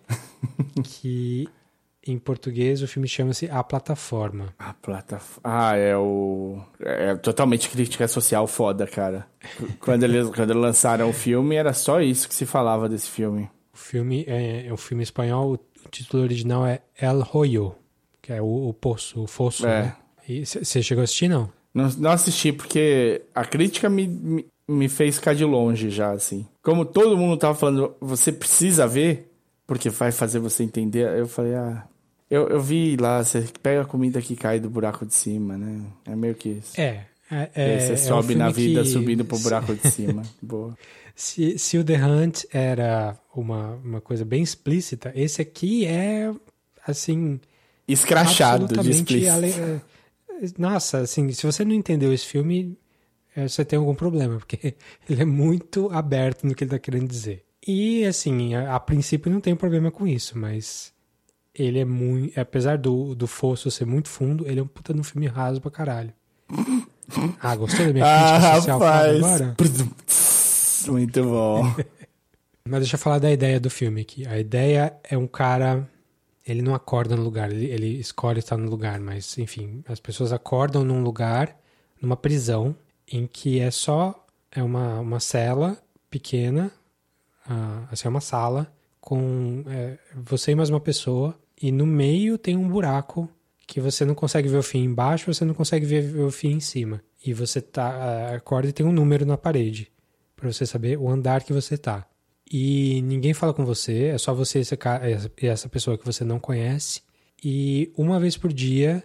Que em português o filme chama-se A Plataforma. A plataforma. Ah, é o. É totalmente crítica social foda, cara. Quando eles, quando eles lançaram o filme, era só isso que se falava desse filme. O filme é, é um filme espanhol, o título original é El Hoyo, que é o, o poço, o fosso, É. né? E você chegou a assistir, não? Não, não assisti porque a crítica me, me, me fez ficar de longe já, assim. Como todo mundo tava falando, você precisa ver, porque vai fazer você entender. Eu falei, ah. Eu, eu vi lá, você pega a comida que cai do buraco de cima, né? É meio que isso. É. É, E aí é, você é um sobe na filme vida que- subindo pro buraco de cima. Boa. Se, se o The Hunt era uma, uma coisa bem explícita, esse aqui é, assim, Escrachado de absolutamente... explícito. ale- é, Nossa, assim, se você não entendeu esse filme, é, você tem algum problema, porque ele é muito aberto no que ele tá querendo dizer. E, assim, a, a princípio não tem problema com isso, mas ele é muito... Apesar do, do fosso ser muito fundo, ele é um puta de um filme raso pra caralho. Ah, gostou da minha crítica Ah, social foda rapaz. agora? Muito bom. Mas deixa eu falar da ideia do filme aqui. A ideia é um cara... Ele não acorda no lugar, ele, ele escolhe estar no lugar, mas, enfim, as pessoas acordam num lugar, numa prisão, em que é só é uma, uma cela pequena, ah, assim, é uma sala, com é, você e mais uma pessoa, e no meio tem um buraco que você não consegue ver o fim embaixo, você não consegue ver, ver o fim em cima. E você tá, ah, acorda e tem um número na parede, para você saber o andar que você tá. E ninguém fala com você, é só você e esse ca- e essa pessoa que você não conhece. E uma vez por dia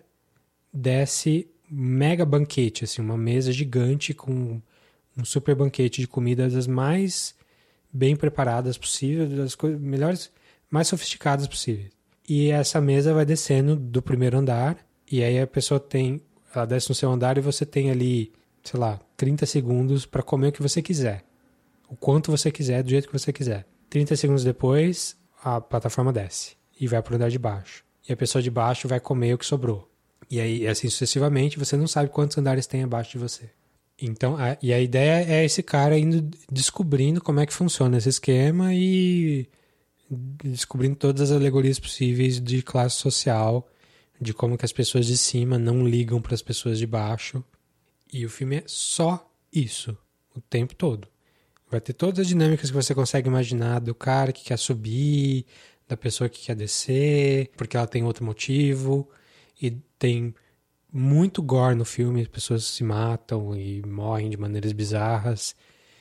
desce um mega banquete, assim, uma mesa gigante com um super banquete de comida das mais bem preparadas possíveis, das coisas melhores, mais sofisticadas possíveis. E essa mesa vai descendo do primeiro andar, e aí a pessoa tem, ela desce no seu andar e você tem ali, sei lá, trinta segundos para comer o que você quiser. O quanto você quiser, do jeito que você quiser. trinta segundos depois, a plataforma desce e vai para o andar de baixo. E a pessoa de baixo vai comer o que sobrou. E aí, assim sucessivamente, você não sabe quantos andares tem abaixo de você. Então, a, e a ideia é esse cara indo descobrindo como é que funciona esse esquema e descobrindo todas as alegorias possíveis de classe social, de como que as pessoas de cima não ligam para as pessoas de baixo. E o filme é só isso, o tempo todo. Vai ter todas as dinâmicas que você consegue imaginar do cara que quer subir, da pessoa que quer descer, porque ela tem outro motivo. E tem muito gore no filme, as pessoas se matam e morrem de maneiras bizarras.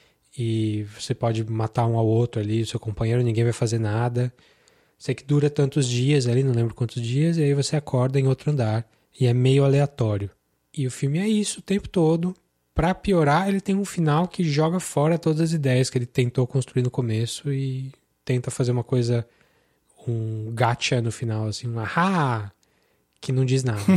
E você pode matar um ao outro ali, o seu companheiro, ninguém vai fazer nada. Sei que dura tantos dias ali, não lembro quantos dias, e aí você acorda em outro andar. E é meio aleatório. E o filme é isso o tempo todo. Pra piorar, ele tem um final que joga fora todas as ideias que ele tentou construir no começo e tenta fazer uma coisa, um gacha no final, assim, um ahá, que não diz nada.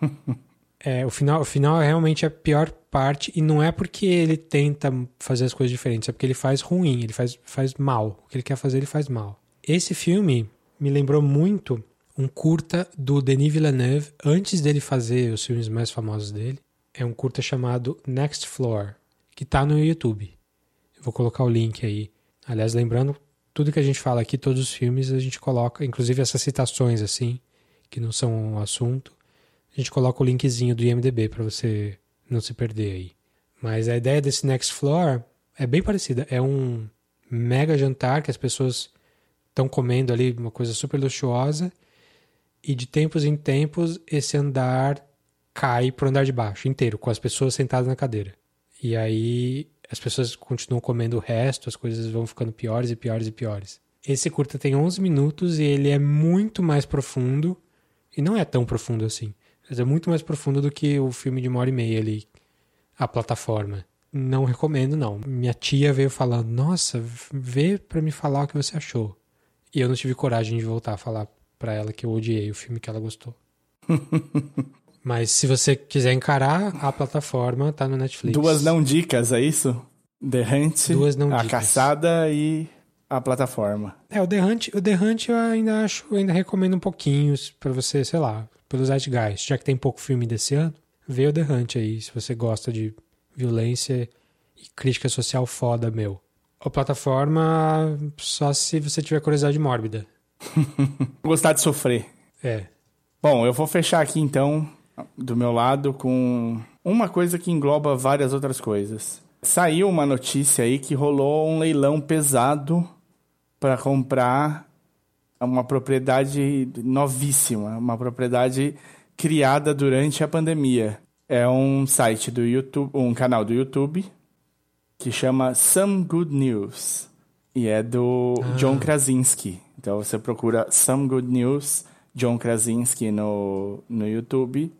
É, o final, o final é realmente a pior parte, e não é porque ele tenta fazer as coisas diferentes, é porque ele faz ruim, ele faz, faz mal. O que ele quer fazer, ele faz mal. Esse filme me lembrou muito um curta do Denis Villeneuve, antes dele fazer os filmes mais famosos dele. É um curta chamado Next Floor, que tá no YouTube. Eu vou colocar o link aí. Aliás, lembrando, tudo que a gente fala aqui, todos os filmes, a gente coloca, inclusive essas citações, assim, que não são um assunto, A gente coloca o linkzinho do I M D B para você não se perder aí. Mas a ideia desse Next Floor é bem parecida. É um mega jantar que as pessoas estão comendo ali, uma coisa super luxuosa, e de tempos em tempos esse andar cai pro andar de baixo inteiro, com as pessoas sentadas na cadeira. E aí as pessoas continuam comendo o resto, as coisas vão ficando piores e piores e piores. Esse curta tem onze minutos e ele é muito mais profundo, e não é tão profundo assim, mas é muito mais profundo do que o filme de uma hora e meia ali, A Plataforma. Não recomendo, não. Minha tia veio falando, nossa, vê pra me falar o que você achou. E eu não tive coragem de voltar a falar pra ela que eu odiei o filme que ela gostou. Mas se você quiser encarar, A Plataforma tá no Netflix. Duas não dicas, é isso? The Hunt, Duas não A dicas. Caçada e A Plataforma. É, o The Hunt, o The Hunt eu ainda acho, eu ainda recomendo um pouquinho pra você, sei lá, pelo Zeitgeist. Já que tem pouco filme desse ano, vê o The Hunt aí, se você gosta de violência e crítica social foda, meu. A Plataforma, só se você tiver curiosidade mórbida. Gostar de sofrer. É. Bom, eu vou fechar aqui então, do meu lado, com uma coisa que engloba várias outras coisas. Saiu uma notícia aí que rolou um leilão pesado para comprar uma propriedade novíssima, uma propriedade criada durante a pandemia. É um site do YouTube, um canal do YouTube que chama Some Good News e é do Ah. John Krasinski. Então você procura Some Good News, John Krasinski no, no YouTube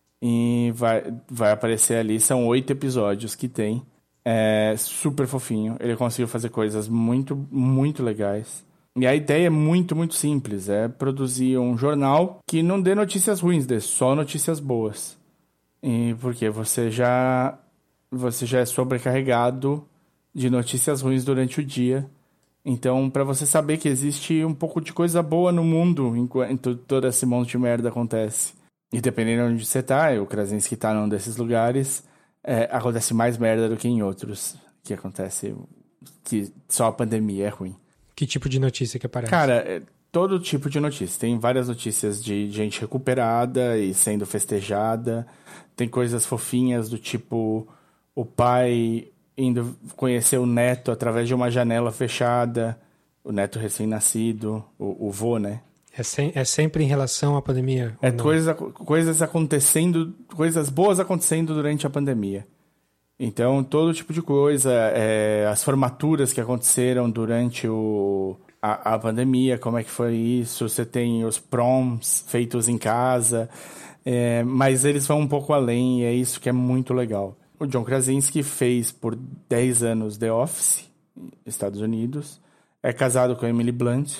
e vai, vai aparecer ali. São oito episódios que tem. É super fofinho. Ele conseguiu fazer coisas muito, muito legais. E a ideia é muito, muito simples. É produzir um jornal que não dê notícias ruins, dê só notícias boas. E porque você já, você já é sobrecarregado de notícias ruins durante o dia. Então, para você saber que existe um pouco de coisa boa no mundo enquanto todo esse monte de merda acontece. E dependendo de onde você tá, o Krasinski tá num desses lugares, é, acontece mais merda do que em outros. Que acontece, que só a pandemia é ruim. Que tipo de notícia que aparece? Cara, é todo tipo de notícia. Tem várias notícias de gente recuperada e sendo festejada. Tem coisas fofinhas do tipo o pai indo conhecer o neto através de uma janela fechada. O neto recém-nascido, o, o vô, né? É, sem, é sempre em relação à pandemia? É ou não? coisa, coisas acontecendo, coisas boas acontecendo durante a pandemia. Então, todo tipo de coisa, é, as formaturas que aconteceram durante o, a, a pandemia, como é que foi isso, você tem os proms feitos em casa, é, mas eles vão um pouco além e é isso que é muito legal. O John Krasinski fez por dez anos The Office, Estados Unidos, é casado com a Emily Blunt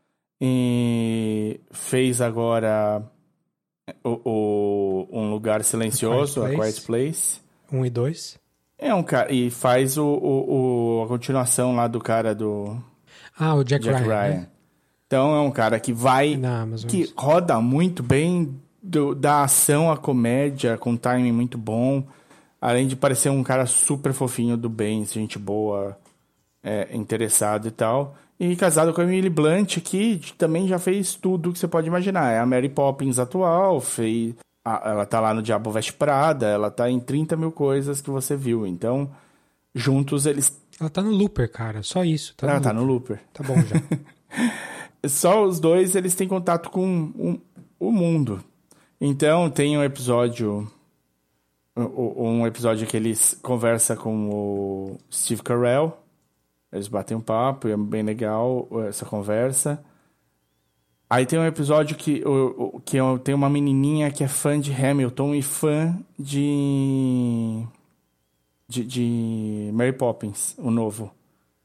e fez agora o, o, Um Lugar Silencioso, A Quiet Place. A Quiet Place. Um e dois? É um cara. E faz o, o, o- a continuação lá do cara do Ah, o Jack, Jack Ryan. Ryan. Né? Então é um cara que vai. Na Amazon. Que roda muito bem do- da ação à comédia, com um timing muito bom. Além de parecer um cara super fofinho, do bem, gente boa, é, interessado e tal. E casado com a Emily Blunt, que também já fez tudo que você pode imaginar. É a Mary Poppins atual, fez. a- ela tá lá no Diabo Veste Prada, ela tá em trinta mil coisas que você viu. Então, juntos eles. Ela tá no Looper, cara. Só isso. Tá ela no tá Looper. no Looper. Tá bom já. Só os dois eles têm contato com um- o mundo. Então tem um episódio, um um episódio que eles conversam com o Steve Carell. Eles batem um papo e é bem legal essa conversa. Aí tem um episódio que, o, o- que é- tem uma menininha que é fã de Hamilton e fã de, de, de Mary Poppins, o novo.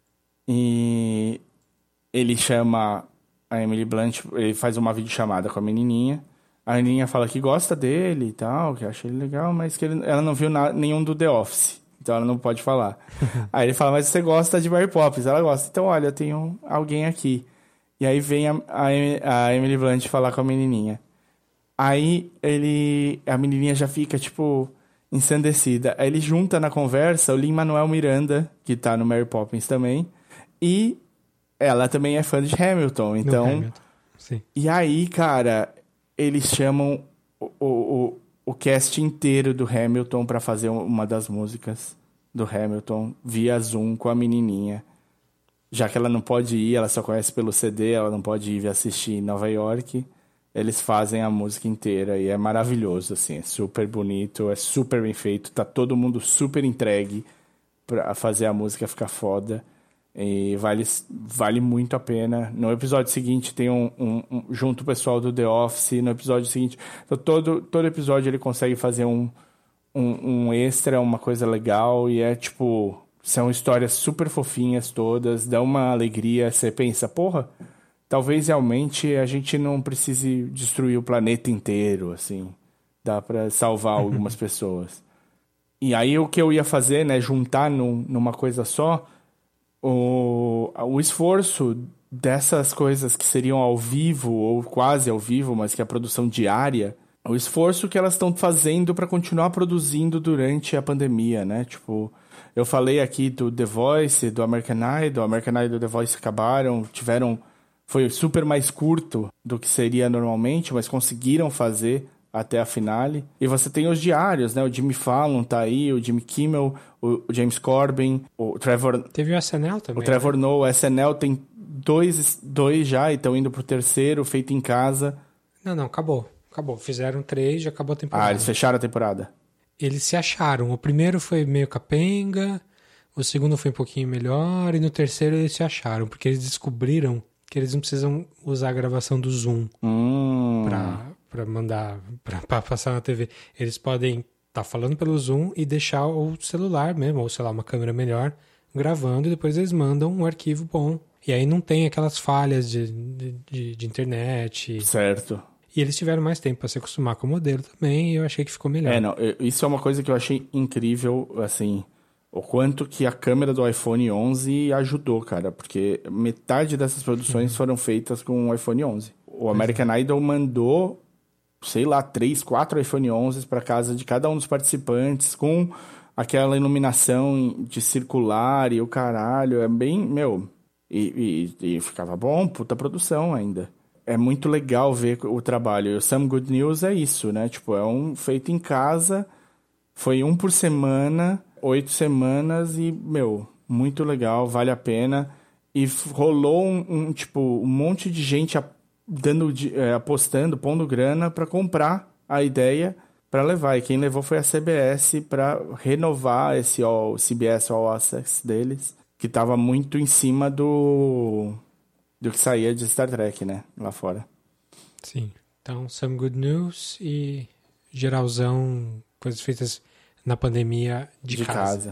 E ele chama a Emily Blunt, ele faz uma videochamada com a menininha. A menininha fala que gosta dele e tal, que acha ele legal, mas que ele- ela não viu na- nenhum do The Office. Então ela não pode falar. Aí ele fala, mas você gosta de Mary Poppins? Ela gosta. Então, olha, eu tenho alguém aqui. E aí vem a, a, Em- a Emily Blunt falar com a menininha. Aí ele, a menininha já fica, tipo, ensandecida. Aí ele junta na conversa o Lin-Manuel Miranda, que tá no Mary Poppins também. E ela também é fã de Hamilton. No Então, Hamilton. Sim. e aí, cara, eles chamam o, o, o cast inteiro do Hamilton pra fazer uma das músicas do Hamilton via Zoom com a menininha. Já que ela não pode ir, ela só conhece pelo C D, ela não pode ir assistir em Nova York, eles fazem a música inteira e é maravilhoso, assim, é super bonito, é super bem feito, tá todo mundo super entregue pra fazer a música ficar foda e vale, vale muito a pena. No episódio seguinte tem um, um, um junto o pessoal do The Office, no episódio seguinte, então todo, todo episódio ele consegue fazer um, um, um extra, uma coisa legal e é tipo... São histórias super fofinhas todas, dá uma alegria. Você pensa, porra, talvez realmente a gente não precise destruir o planeta inteiro, assim. Dá pra salvar algumas pessoas. E aí o que eu ia fazer, né, juntar num, numa coisa só, o, o esforço dessas coisas que seriam ao vivo, ou quase ao vivo, mas que é a produção diária, o esforço que elas estão fazendo para continuar produzindo durante a pandemia, né, tipo... Eu falei aqui do The Voice, do American Idol. American Idol e The Voice acabaram, tiveram... Foi super mais curto do que seria normalmente, mas conseguiram fazer até a finale. E você tem os diários, né? O Jimmy Fallon tá aí, o Jimmy Kimmel, o James Corbin, o Trevor... Teve o S N L também. O Trevor né? Noah, o S N L tem dois, dois já e estão indo pro terceiro, feito em casa. Não, não, acabou. Acabou. Fizeram três, já acabou a temporada. Ah, eles fecharam a temporada. Eles se acharam. O primeiro foi meio capenga, o segundo foi um pouquinho melhor, e no terceiro eles se acharam, porque eles descobriram que eles não precisam usar a gravação do Zoom hum. pra, pra mandar, pra, pra passar na T V. Eles podem estar tá falando pelo Zoom e deixar o celular mesmo, ou sei lá, uma câmera melhor, gravando, e depois eles mandam um arquivo bom. E aí não tem aquelas falhas de, de, de, de internet. Certo. E eles tiveram mais tempo para se acostumar com o modelo também, e eu achei que ficou melhor. É, não, isso é uma coisa que eu achei incrível, assim, o quanto que a câmera do iPhone onze ajudou, cara, porque metade dessas produções uhum. foram feitas com o iPhone onze. O American é. Idol mandou, sei lá, três, quatro iPhone onze para casa de cada um dos participantes, com aquela iluminação de circular e o caralho, é bem, meu, e, e, e ficava bom, puta produção ainda. É muito legal ver o trabalho. E o Some Good News é isso, né? Tipo, é um feito em casa, foi um por semana, oito semanas e, meu, muito legal, vale a pena. E rolou um, um tipo, um monte de gente dando, é, apostando, pondo grana para comprar a ideia para levar. E quem levou foi a C B S para renovar esse all, C B S All Access deles, que estava muito em cima do... do que saía de Star Trek, né? Lá fora. Sim. Então, Some Good News e geralzão, coisas feitas na pandemia de, de casa. casa.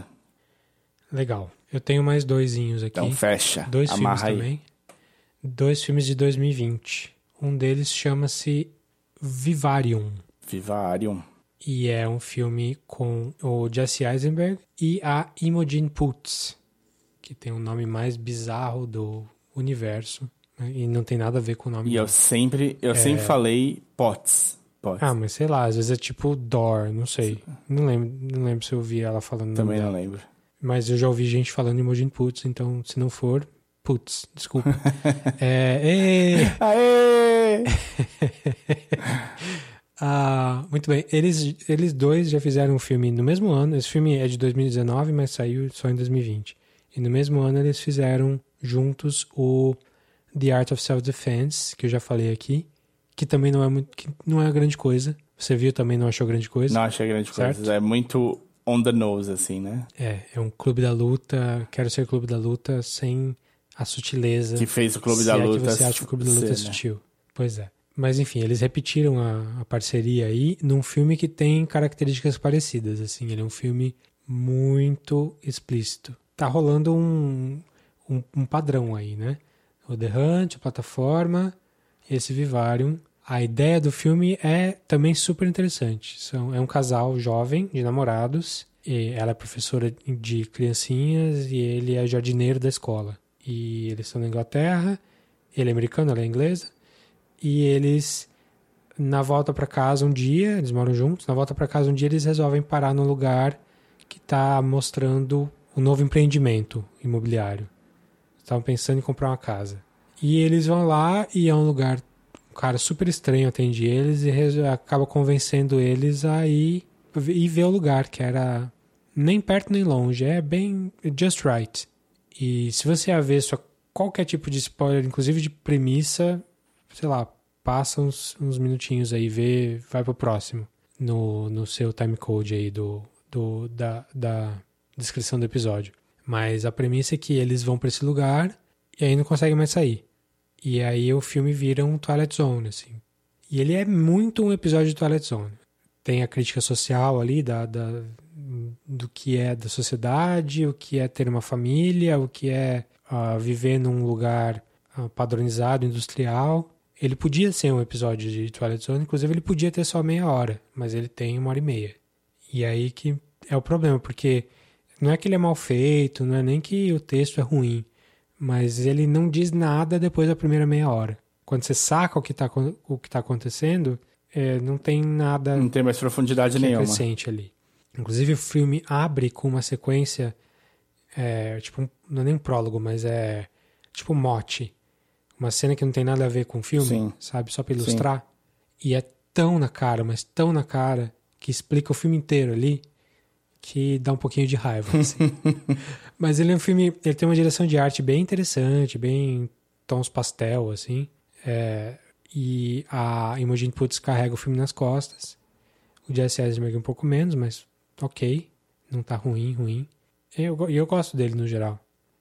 Legal. Eu tenho mais doisinhos aqui. Então fecha. Dois filmes aí. também. Dois filmes de dois mil e vinte. Um deles chama-se Vivarium. Vivarium. E é um filme com o Jesse Eisenberg e a Imogen Poots, que tem o nome mais bizarro do universo, né? E não tem nada a ver com o nome. E dele. eu sempre, eu é... sempre falei Potts. Potts. Ah, mas sei lá, às vezes é tipo Door, não sei. Não lembro, não lembro se eu ouvi ela falando. Também não lembro. Mas eu já ouvi gente falando Imogen Poots, então se não for, Putz, desculpa. é, Aê! ah, muito bem, eles, eles dois já fizeram um filme no mesmo ano. Esse filme é de dois mil e dezenove, mas saiu só em dois mil e vinte. E no mesmo ano eles fizeram juntos o The Art of Self-Defense, que eu já falei aqui, que também não é muito, que não é grande coisa. Você viu, também não achou grande coisa? Não achei grande certo? coisa. É muito on the nose, assim, né? É, é um clube da luta. Quero ser clube da luta sem a sutileza. Que fez o clube se da é luta. Que você acha que o clube da luta é sutil. Pois é. Mas enfim, eles repetiram a, a parceria aí num filme que tem características parecidas. Assim, ele é um filme muito explícito. Tá rolando um, um, um padrão aí, né? O The Hunt, a plataforma, esse Vivarium. A ideia do filme é também super interessante. São, é um casal jovem de namorados. E ela é professora de criancinhas e ele é jardineiro da escola. E eles estão na Inglaterra. Ele é americano, ela é inglesa. E eles, na volta para casa um dia, eles moram juntos. Na volta para casa um dia eles resolvem parar num lugar que está mostrando um novo empreendimento imobiliário. Estavam pensando em comprar uma casa. E eles vão lá e é um lugar cara super estranho atende eles e re- acaba convencendo eles a ir e ver o lugar, que era nem perto nem longe, é bem just right. E se você avesso a qualquer tipo de spoiler, inclusive de premissa, sei lá, passa uns, uns minutinhos aí, vê, vai pro próximo, no, no seu timecode aí do, do, da, da descrição do episódio. Mas a premissa é que eles vão pra esse lugar e aí não conseguem mais sair. E aí o filme vira um Twilight Zone, assim. E ele é muito um episódio de Twilight Zone. Tem a crítica social ali da, da, do que é da sociedade, o que é ter uma família, o que é uh, viver num lugar uh, padronizado, industrial. Ele podia ser um episódio de Twilight Zone, inclusive ele podia ter só meia hora, mas ele tem uma hora e meia. E aí que é o problema, porque não é que ele é mal feito, não é nem que o texto é ruim, mas ele não diz nada depois da primeira meia hora. Quando você saca o que está o que tá acontecendo, é, não tem nada... Não tem mais profundidade que nenhuma. Acrescente ali. Inclusive o filme abre com uma sequência, é, tipo, um, não é nem um prólogo, mas é tipo um mote. Uma cena que não tem nada a ver com o filme, Sim. sabe? Só para ilustrar. Sim. E é tão na cara, mas tão na cara, que explica o filme inteiro ali, que dá um pouquinho de raiva, assim. Mas ele é um filme... Ele tem uma direção de arte bem interessante, bem tons pastel, assim. É, e a Imogen Poots carrega o filme nas costas. O Jesse Eisenberg um pouco menos, mas ok. Não tá ruim, ruim. E eu, eu gosto dele, no geral.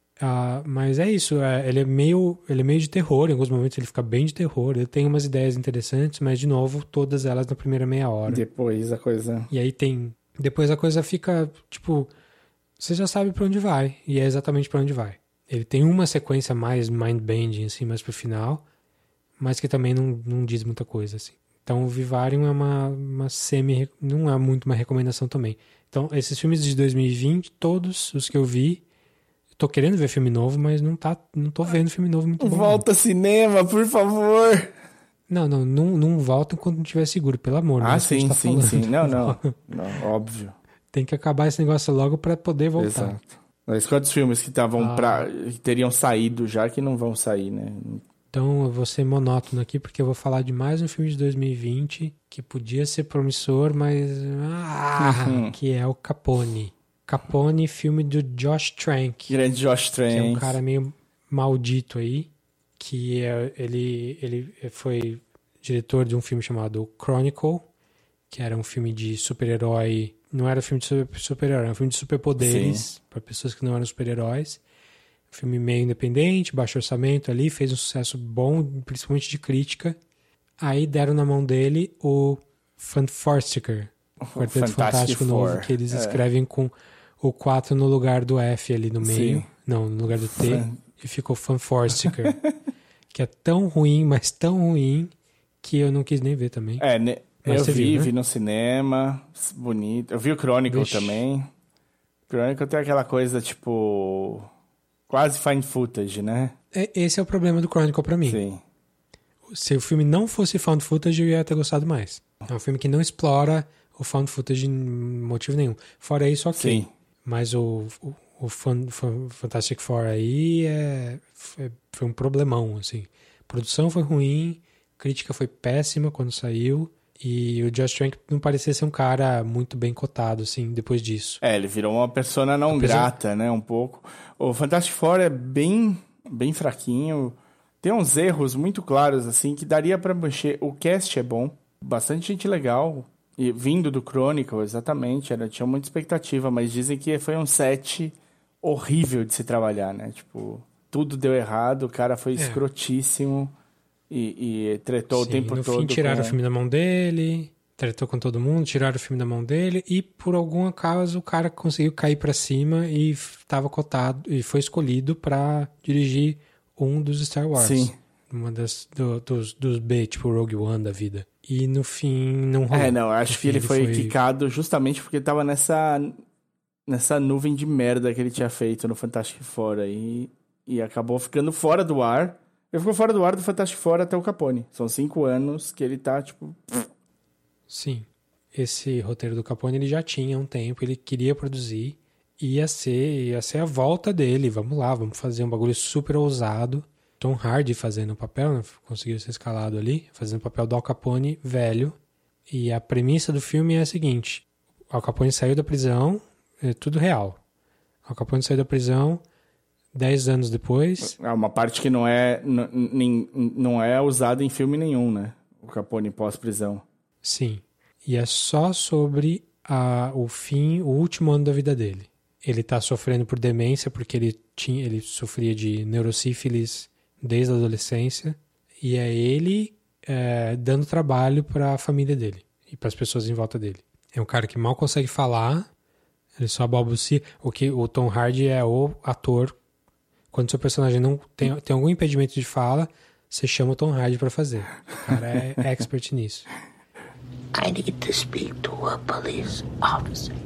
Uh, mas é isso. É, ele, é meio, ele é meio de terror. Em alguns momentos ele fica bem de terror. Ele tem umas ideias interessantes, mas, de novo, todas elas na primeira meia hora. Depois a coisa... E aí tem... Depois a coisa fica, tipo, você já sabe pra onde vai, e é exatamente pra onde vai. Ele tem uma sequência mais mind-bending, assim, mais pro final, mas que também não, não diz muita coisa, assim. Então o Vivarium é uma, uma semi... não é muito uma recomendação também. Então esses filmes de dois mil e vinte, todos os que eu vi, tô querendo ver filme novo, mas não, tá, não tô vendo filme novo muito bom. Volta ao cinema, por favor! Não, não, não, não volta enquanto não estiver seguro, pelo amor. Ah, não sim, tá sim, falando. sim. Não, não, não. Óbvio. Tem que acabar esse negócio logo pra poder voltar. Exato. Mas quantos filmes que estavam Ah. pra... que teriam saído já que não vão sair, né? Então eu vou ser monótono aqui porque eu vou falar de mais um filme de dois mil e vinte que podia ser promissor, mas... Ah, Uhum. que é o Capone. Capone, filme do Josh Trank. Grande Josh Trank. Que é um cara meio maldito aí, que é, ele, ele foi diretor de um filme chamado Chronicle, que era um filme de super-herói. Não era um filme de super-herói, era um filme de superpoderes para pessoas que não eram super-heróis. Um filme meio independente, baixo orçamento ali, fez um sucesso bom, principalmente de crítica. Aí deram na mão dele o Fantastic, o Quarteto Fantástico novo, que eles é. escrevem com o quatro no lugar do F ali no meio. Sim. Não, no lugar do T. Fan... E ficou Fantastic. Que é tão ruim, mas tão ruim, que eu não quis nem ver também. É, né? Mas eu vi, viu, né? vi no cinema, bonito. Eu vi o Chronicle Vixe. também. O Chronicle tem aquela coisa, tipo... quase fine footage, né? É, esse é o problema do Chronicle pra mim. Sim. Se o filme não fosse found footage, eu ia ter gostado mais. É um filme que não explora o found footage em motivo nenhum. Fora isso, ok. Sim. Mas o, o, o Fan, Fan, Fantastic Four aí é, foi, foi um problemão, assim. A produção foi ruim, a crítica foi péssima quando saiu, e o Josh Trank não parecia ser um cara muito bem cotado, assim, depois disso. É, ele virou uma persona não Apesar... grata, né, um pouco. O Fantastic Four é bem, bem fraquinho, tem uns erros muito claros, assim, que daria pra mexer. O cast é bom, bastante gente legal, e vindo do Chronicle, exatamente, era, tinha muita expectativa, mas dizem que foi um set horrível de se trabalhar, né, tipo, tudo deu errado, o cara foi é. escrotíssimo e, e tretou Sim, o tempo no todo. No fim tiraram com... o filme da mão dele, tretou com todo mundo, tiraram o filme da mão dele e por algum acaso o cara conseguiu cair pra cima e estava cotado e foi escolhido pra dirigir um dos Star Wars. Sim. Uma das, do, dos, dos B, tipo Rogue One da vida. E no fim não rolou. É, não, acho no que ele, ele foi, foi quicado justamente porque tava nessa, nessa nuvem de merda que ele tinha feito no Fantastic Four aí, e acabou ficando fora do ar. Ele ficou fora do ar do Fantastic Four até o Capone. São cinco anos que ele tá, tipo... Sim. Esse roteiro do Capone ele já tinha um tempo, ele queria produzir, ia ser, ia ser a volta dele. Vamos lá, vamos fazer um bagulho super ousado. Tom Hardy fazendo o papel, né? Conseguiu ser escalado ali, fazendo o papel do Al Capone velho. E a premissa do filme é a seguinte: Al Capone saiu da prisão, é tudo real. Al Capone saiu da prisão dez anos depois. É uma parte que não é, n- n- não é usada em filme nenhum, né? O Capone pós-prisão. Sim. E é só sobre a, o fim, o último ano da vida dele. Ele tá sofrendo por demência porque ele, tinha, ele sofria de neurosífilis desde a adolescência. E é ele é, dando trabalho para a família dele e para as pessoas em volta dele. É um cara que mal consegue falar, ele só balbucia. O, que, o Tom Hardy é o ator. Quando seu personagem não tem, tem algum impedimento de fala, você chama o Tom Hardy para fazer. O cara é expert nisso. I need to speak to a police officer.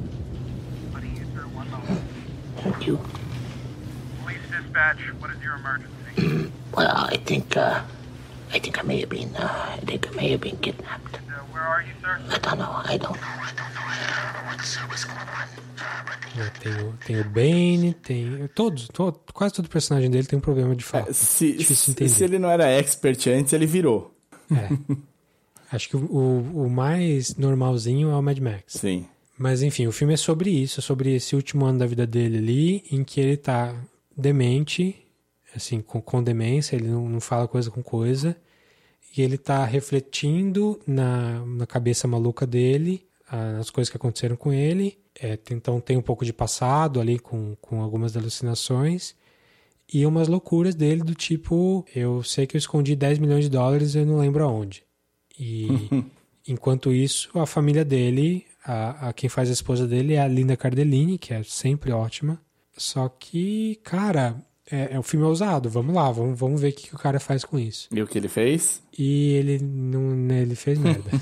Thank you. Police dispatch, what is your emergency? Well, I think, uh, I think I may have been, uh, I think I may have been kidnapped. Uh, where are you, sir? I don't know, I don't know, I don't know, I don't know what's, uh, what's going on. Uh, but É, tem, o, tem o Bane, tem... Todos, todo, quase todo personagem dele tem um problema de fala. É, se, Difícil de entender. se ele não era expert antes, ele virou. É. Acho que o, o, o mais normalzinho é o Mad Max. Sim. Mas enfim, o filme é sobre isso, sobre esse último ano da vida dele ali, em que ele tá demente, assim, com, com demência, ele não, não fala coisa com coisa, e ele tá refletindo na, na cabeça maluca dele, as coisas que aconteceram com ele. É, então tem um pouco de passado ali com, com algumas alucinações e umas loucuras dele do tipo, eu sei que eu escondi dez milhões de dólares e eu não lembro aonde. E enquanto isso, a família dele, a, a quem faz a esposa dele é a Linda Cardellini, que é sempre ótima. Só que, cara, é, é um filme ousado, vamos lá, vamos, vamos ver o que, que o cara faz com isso. E o que ele fez? E ele não, né, ele fez merda.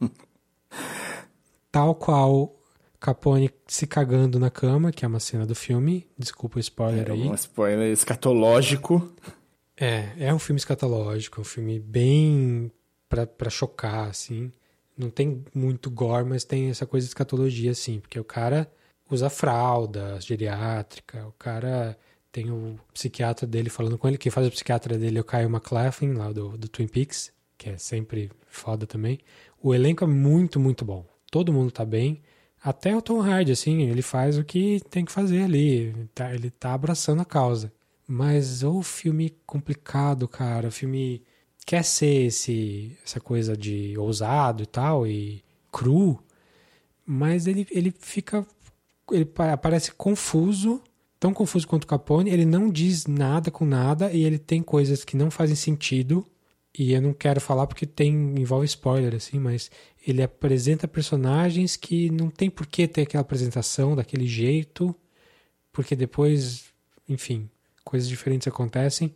Tal qual Capone se cagando na cama, que é uma cena do filme. Desculpa o spoiler É aí. um spoiler escatológico. É, é um filme escatológico, um filme bem pra, pra chocar, assim. Não tem muito gore, mas tem essa coisa de escatologia, assim. Porque o cara usa fralda geriátrica, o cara tem o psiquiatra dele falando com ele. Quem faz o psiquiatra dele é o Kyle MacLachlan, lá do, do Twin Peaks, que é sempre foda também. O elenco é muito, muito bom. Todo mundo tá bem. Até o Tom Hardy, assim, ele faz o que tem que fazer ali. Ele tá, ele tá abraçando a causa. Mas o filme complicado, cara. O filme quer ser esse, essa coisa de ousado e tal, e cru. Mas ele, ele fica... Ele parece confuso, tão confuso quanto o Capone. Ele não diz nada com nada e ele tem coisas que não fazem sentido. E eu não quero falar porque tem, envolve spoiler, assim, mas ele apresenta personagens que não tem por que ter aquela apresentação daquele jeito, porque depois, enfim, coisas diferentes acontecem.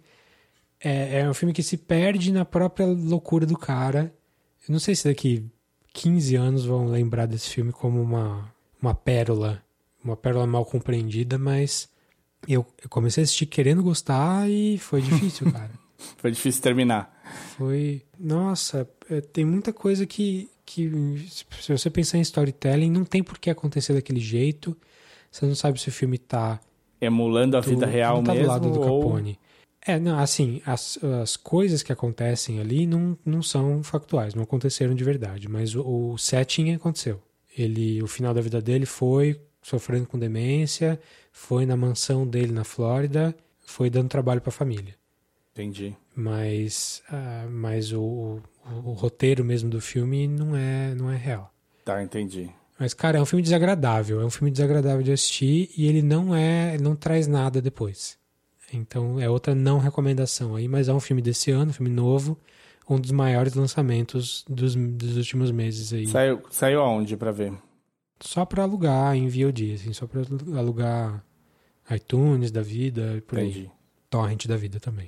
É, é um filme que se perde na própria loucura do cara. Eu não sei se daqui quinze anos vão lembrar desse filme como uma, uma pérola, uma pérola mal compreendida, mas eu, eu comecei a assistir querendo gostar e foi difícil, cara. Foi difícil terminar. Foi... Nossa, é, tem muita coisa que, que... Se você pensar em storytelling, não tem por que acontecer daquele jeito. Você não sabe se o filme tá... Emulando a do, vida real não tá mesmo, do lado do ou... Capone. É, não, assim, as, as coisas que acontecem ali não, não são factuais, não aconteceram de verdade. Mas o, o setting aconteceu. Ele, o final da vida dele foi sofrendo com demência, foi na mansão dele na Flórida, foi dando trabalho pra família. Entendi. Mas, uh, mas o, o, o roteiro mesmo do filme não é, não é real. Tá, entendi. Mas, cara, é um filme desagradável. É um filme desagradável de assistir e ele não é, não traz nada depois. Então, é outra não recomendação aí. Mas é um filme desse ano, um filme novo. Um dos maiores lançamentos dos, dos últimos meses aí. Saiu, saiu aonde pra ver? Só pra alugar em V O D, assim. Só pra alugar iTunes da vida e por Entendi. aí. Torrent da vida também.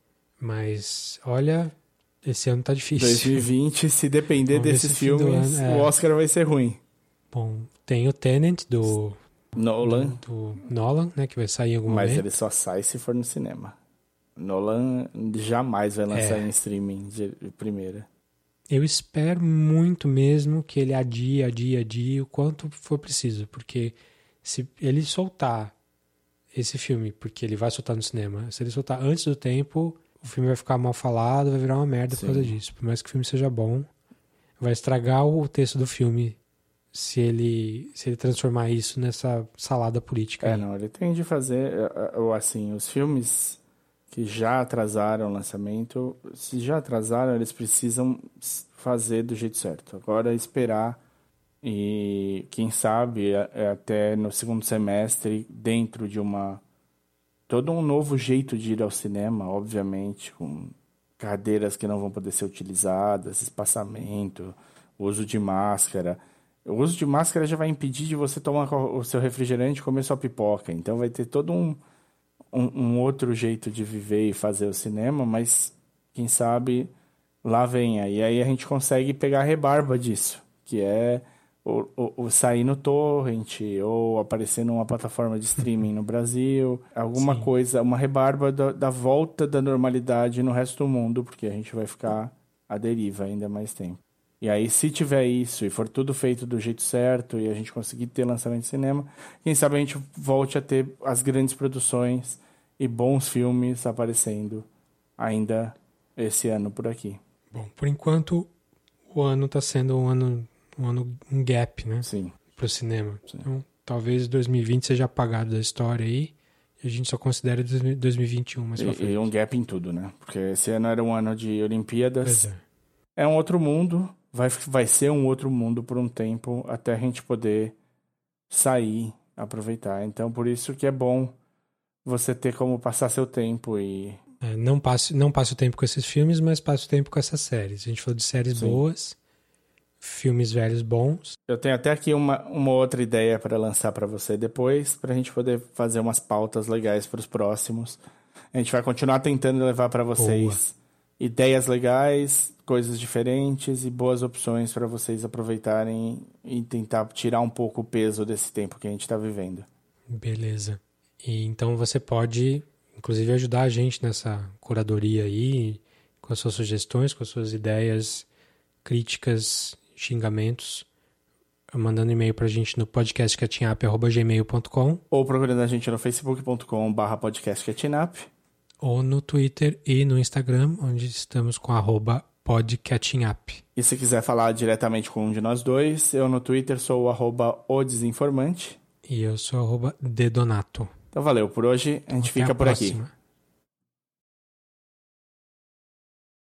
Mas, olha, esse ano tá difícil. dois mil e vinte, se depender Vamos ver desses se fim do filmes, ano, é. o Oscar vai ser ruim. Bom, tem o Tenet do Nolan, do, do Nolan, né, que vai sair em algum mas momento. ele só sai se for no cinema. Nolan jamais vai lançar É. em streaming de primeira. Eu espero muito mesmo que ele adie, adie, adie o quanto for preciso, porque se ele soltar esse filme, porque ele vai soltar no cinema, se ele soltar antes do tempo, o filme vai ficar mal falado, vai virar uma merda Sim. por causa disso. Por mais que o filme seja bom, vai estragar o texto do filme se ele, se ele transformar isso nessa salada política. É, aí. não, ele tem de fazer, ou assim, os filmes que já atrasaram o lançamento, se já atrasaram, eles precisam fazer do jeito certo. Agora esperar e, quem sabe, até no segundo semestre, dentro de uma... todo um novo jeito de ir ao cinema, obviamente, com cadeiras que não vão poder ser utilizadas, espaçamento, uso de máscara. O uso de máscara já vai impedir de você tomar o seu refrigerante e comer sua pipoca. Então vai ter todo um, um, um outro jeito de viver e fazer o cinema, mas quem sabe lá venha. E aí a gente consegue pegar a rebarba disso, que é o, o, o sair no torrent ou aparecer numa plataforma de streaming no Brasil. Alguma Sim. coisa, uma rebarba da, da volta da normalidade no resto do mundo, porque a gente vai ficar à deriva ainda mais tempo. E aí, se tiver isso e for tudo feito do jeito certo e a gente conseguir ter lançamento de cinema, quem sabe a gente volte a ter as grandes produções e bons filmes aparecendo ainda esse ano por aqui. Bom, por enquanto, o ano está sendo um ano, um ano, um gap, né? Sim. Para o cinema. Sim. Então, talvez dois mil e vinte seja apagado da história aí e a gente só considere dois mil e vinte e um mais pra frente. E, e um gap em tudo, né? Porque esse ano era um ano de Olimpíadas. Pois é. É um outro mundo. Vai, vai ser um outro mundo por um tempo até a gente poder sair, aproveitar. Então, por isso que é bom você ter como passar seu tempo e... É, não, passe, não passe o tempo com esses filmes, mas passe o tempo com essas séries. A gente falou de séries Sim. boas, filmes velhos bons. Eu tenho até aqui uma, uma outra ideia para lançar para você depois, para a gente poder fazer umas pautas legais para os próximos. A gente vai continuar tentando levar para vocês ideias legais, coisas diferentes e boas opções para vocês aproveitarem e tentar tirar um pouco o peso desse tempo que a gente está vivendo. Beleza. E então você pode, inclusive, ajudar a gente nessa curadoria aí, com as suas sugestões, com as suas ideias, críticas, xingamentos, mandando e-mail pra gente no podcast catching up arroba gmail ponto com Ou procurando a gente no facebook ponto com barra podcast catching up ou no Twitter e no Instagram, onde estamos com arroba podcatchingup. E se quiser falar diretamente com um de nós dois, eu no Twitter sou o arroba o desinformante. E eu sou arroba dedonato. Então valeu, por hoje a gente Até fica a por aqui. próxima.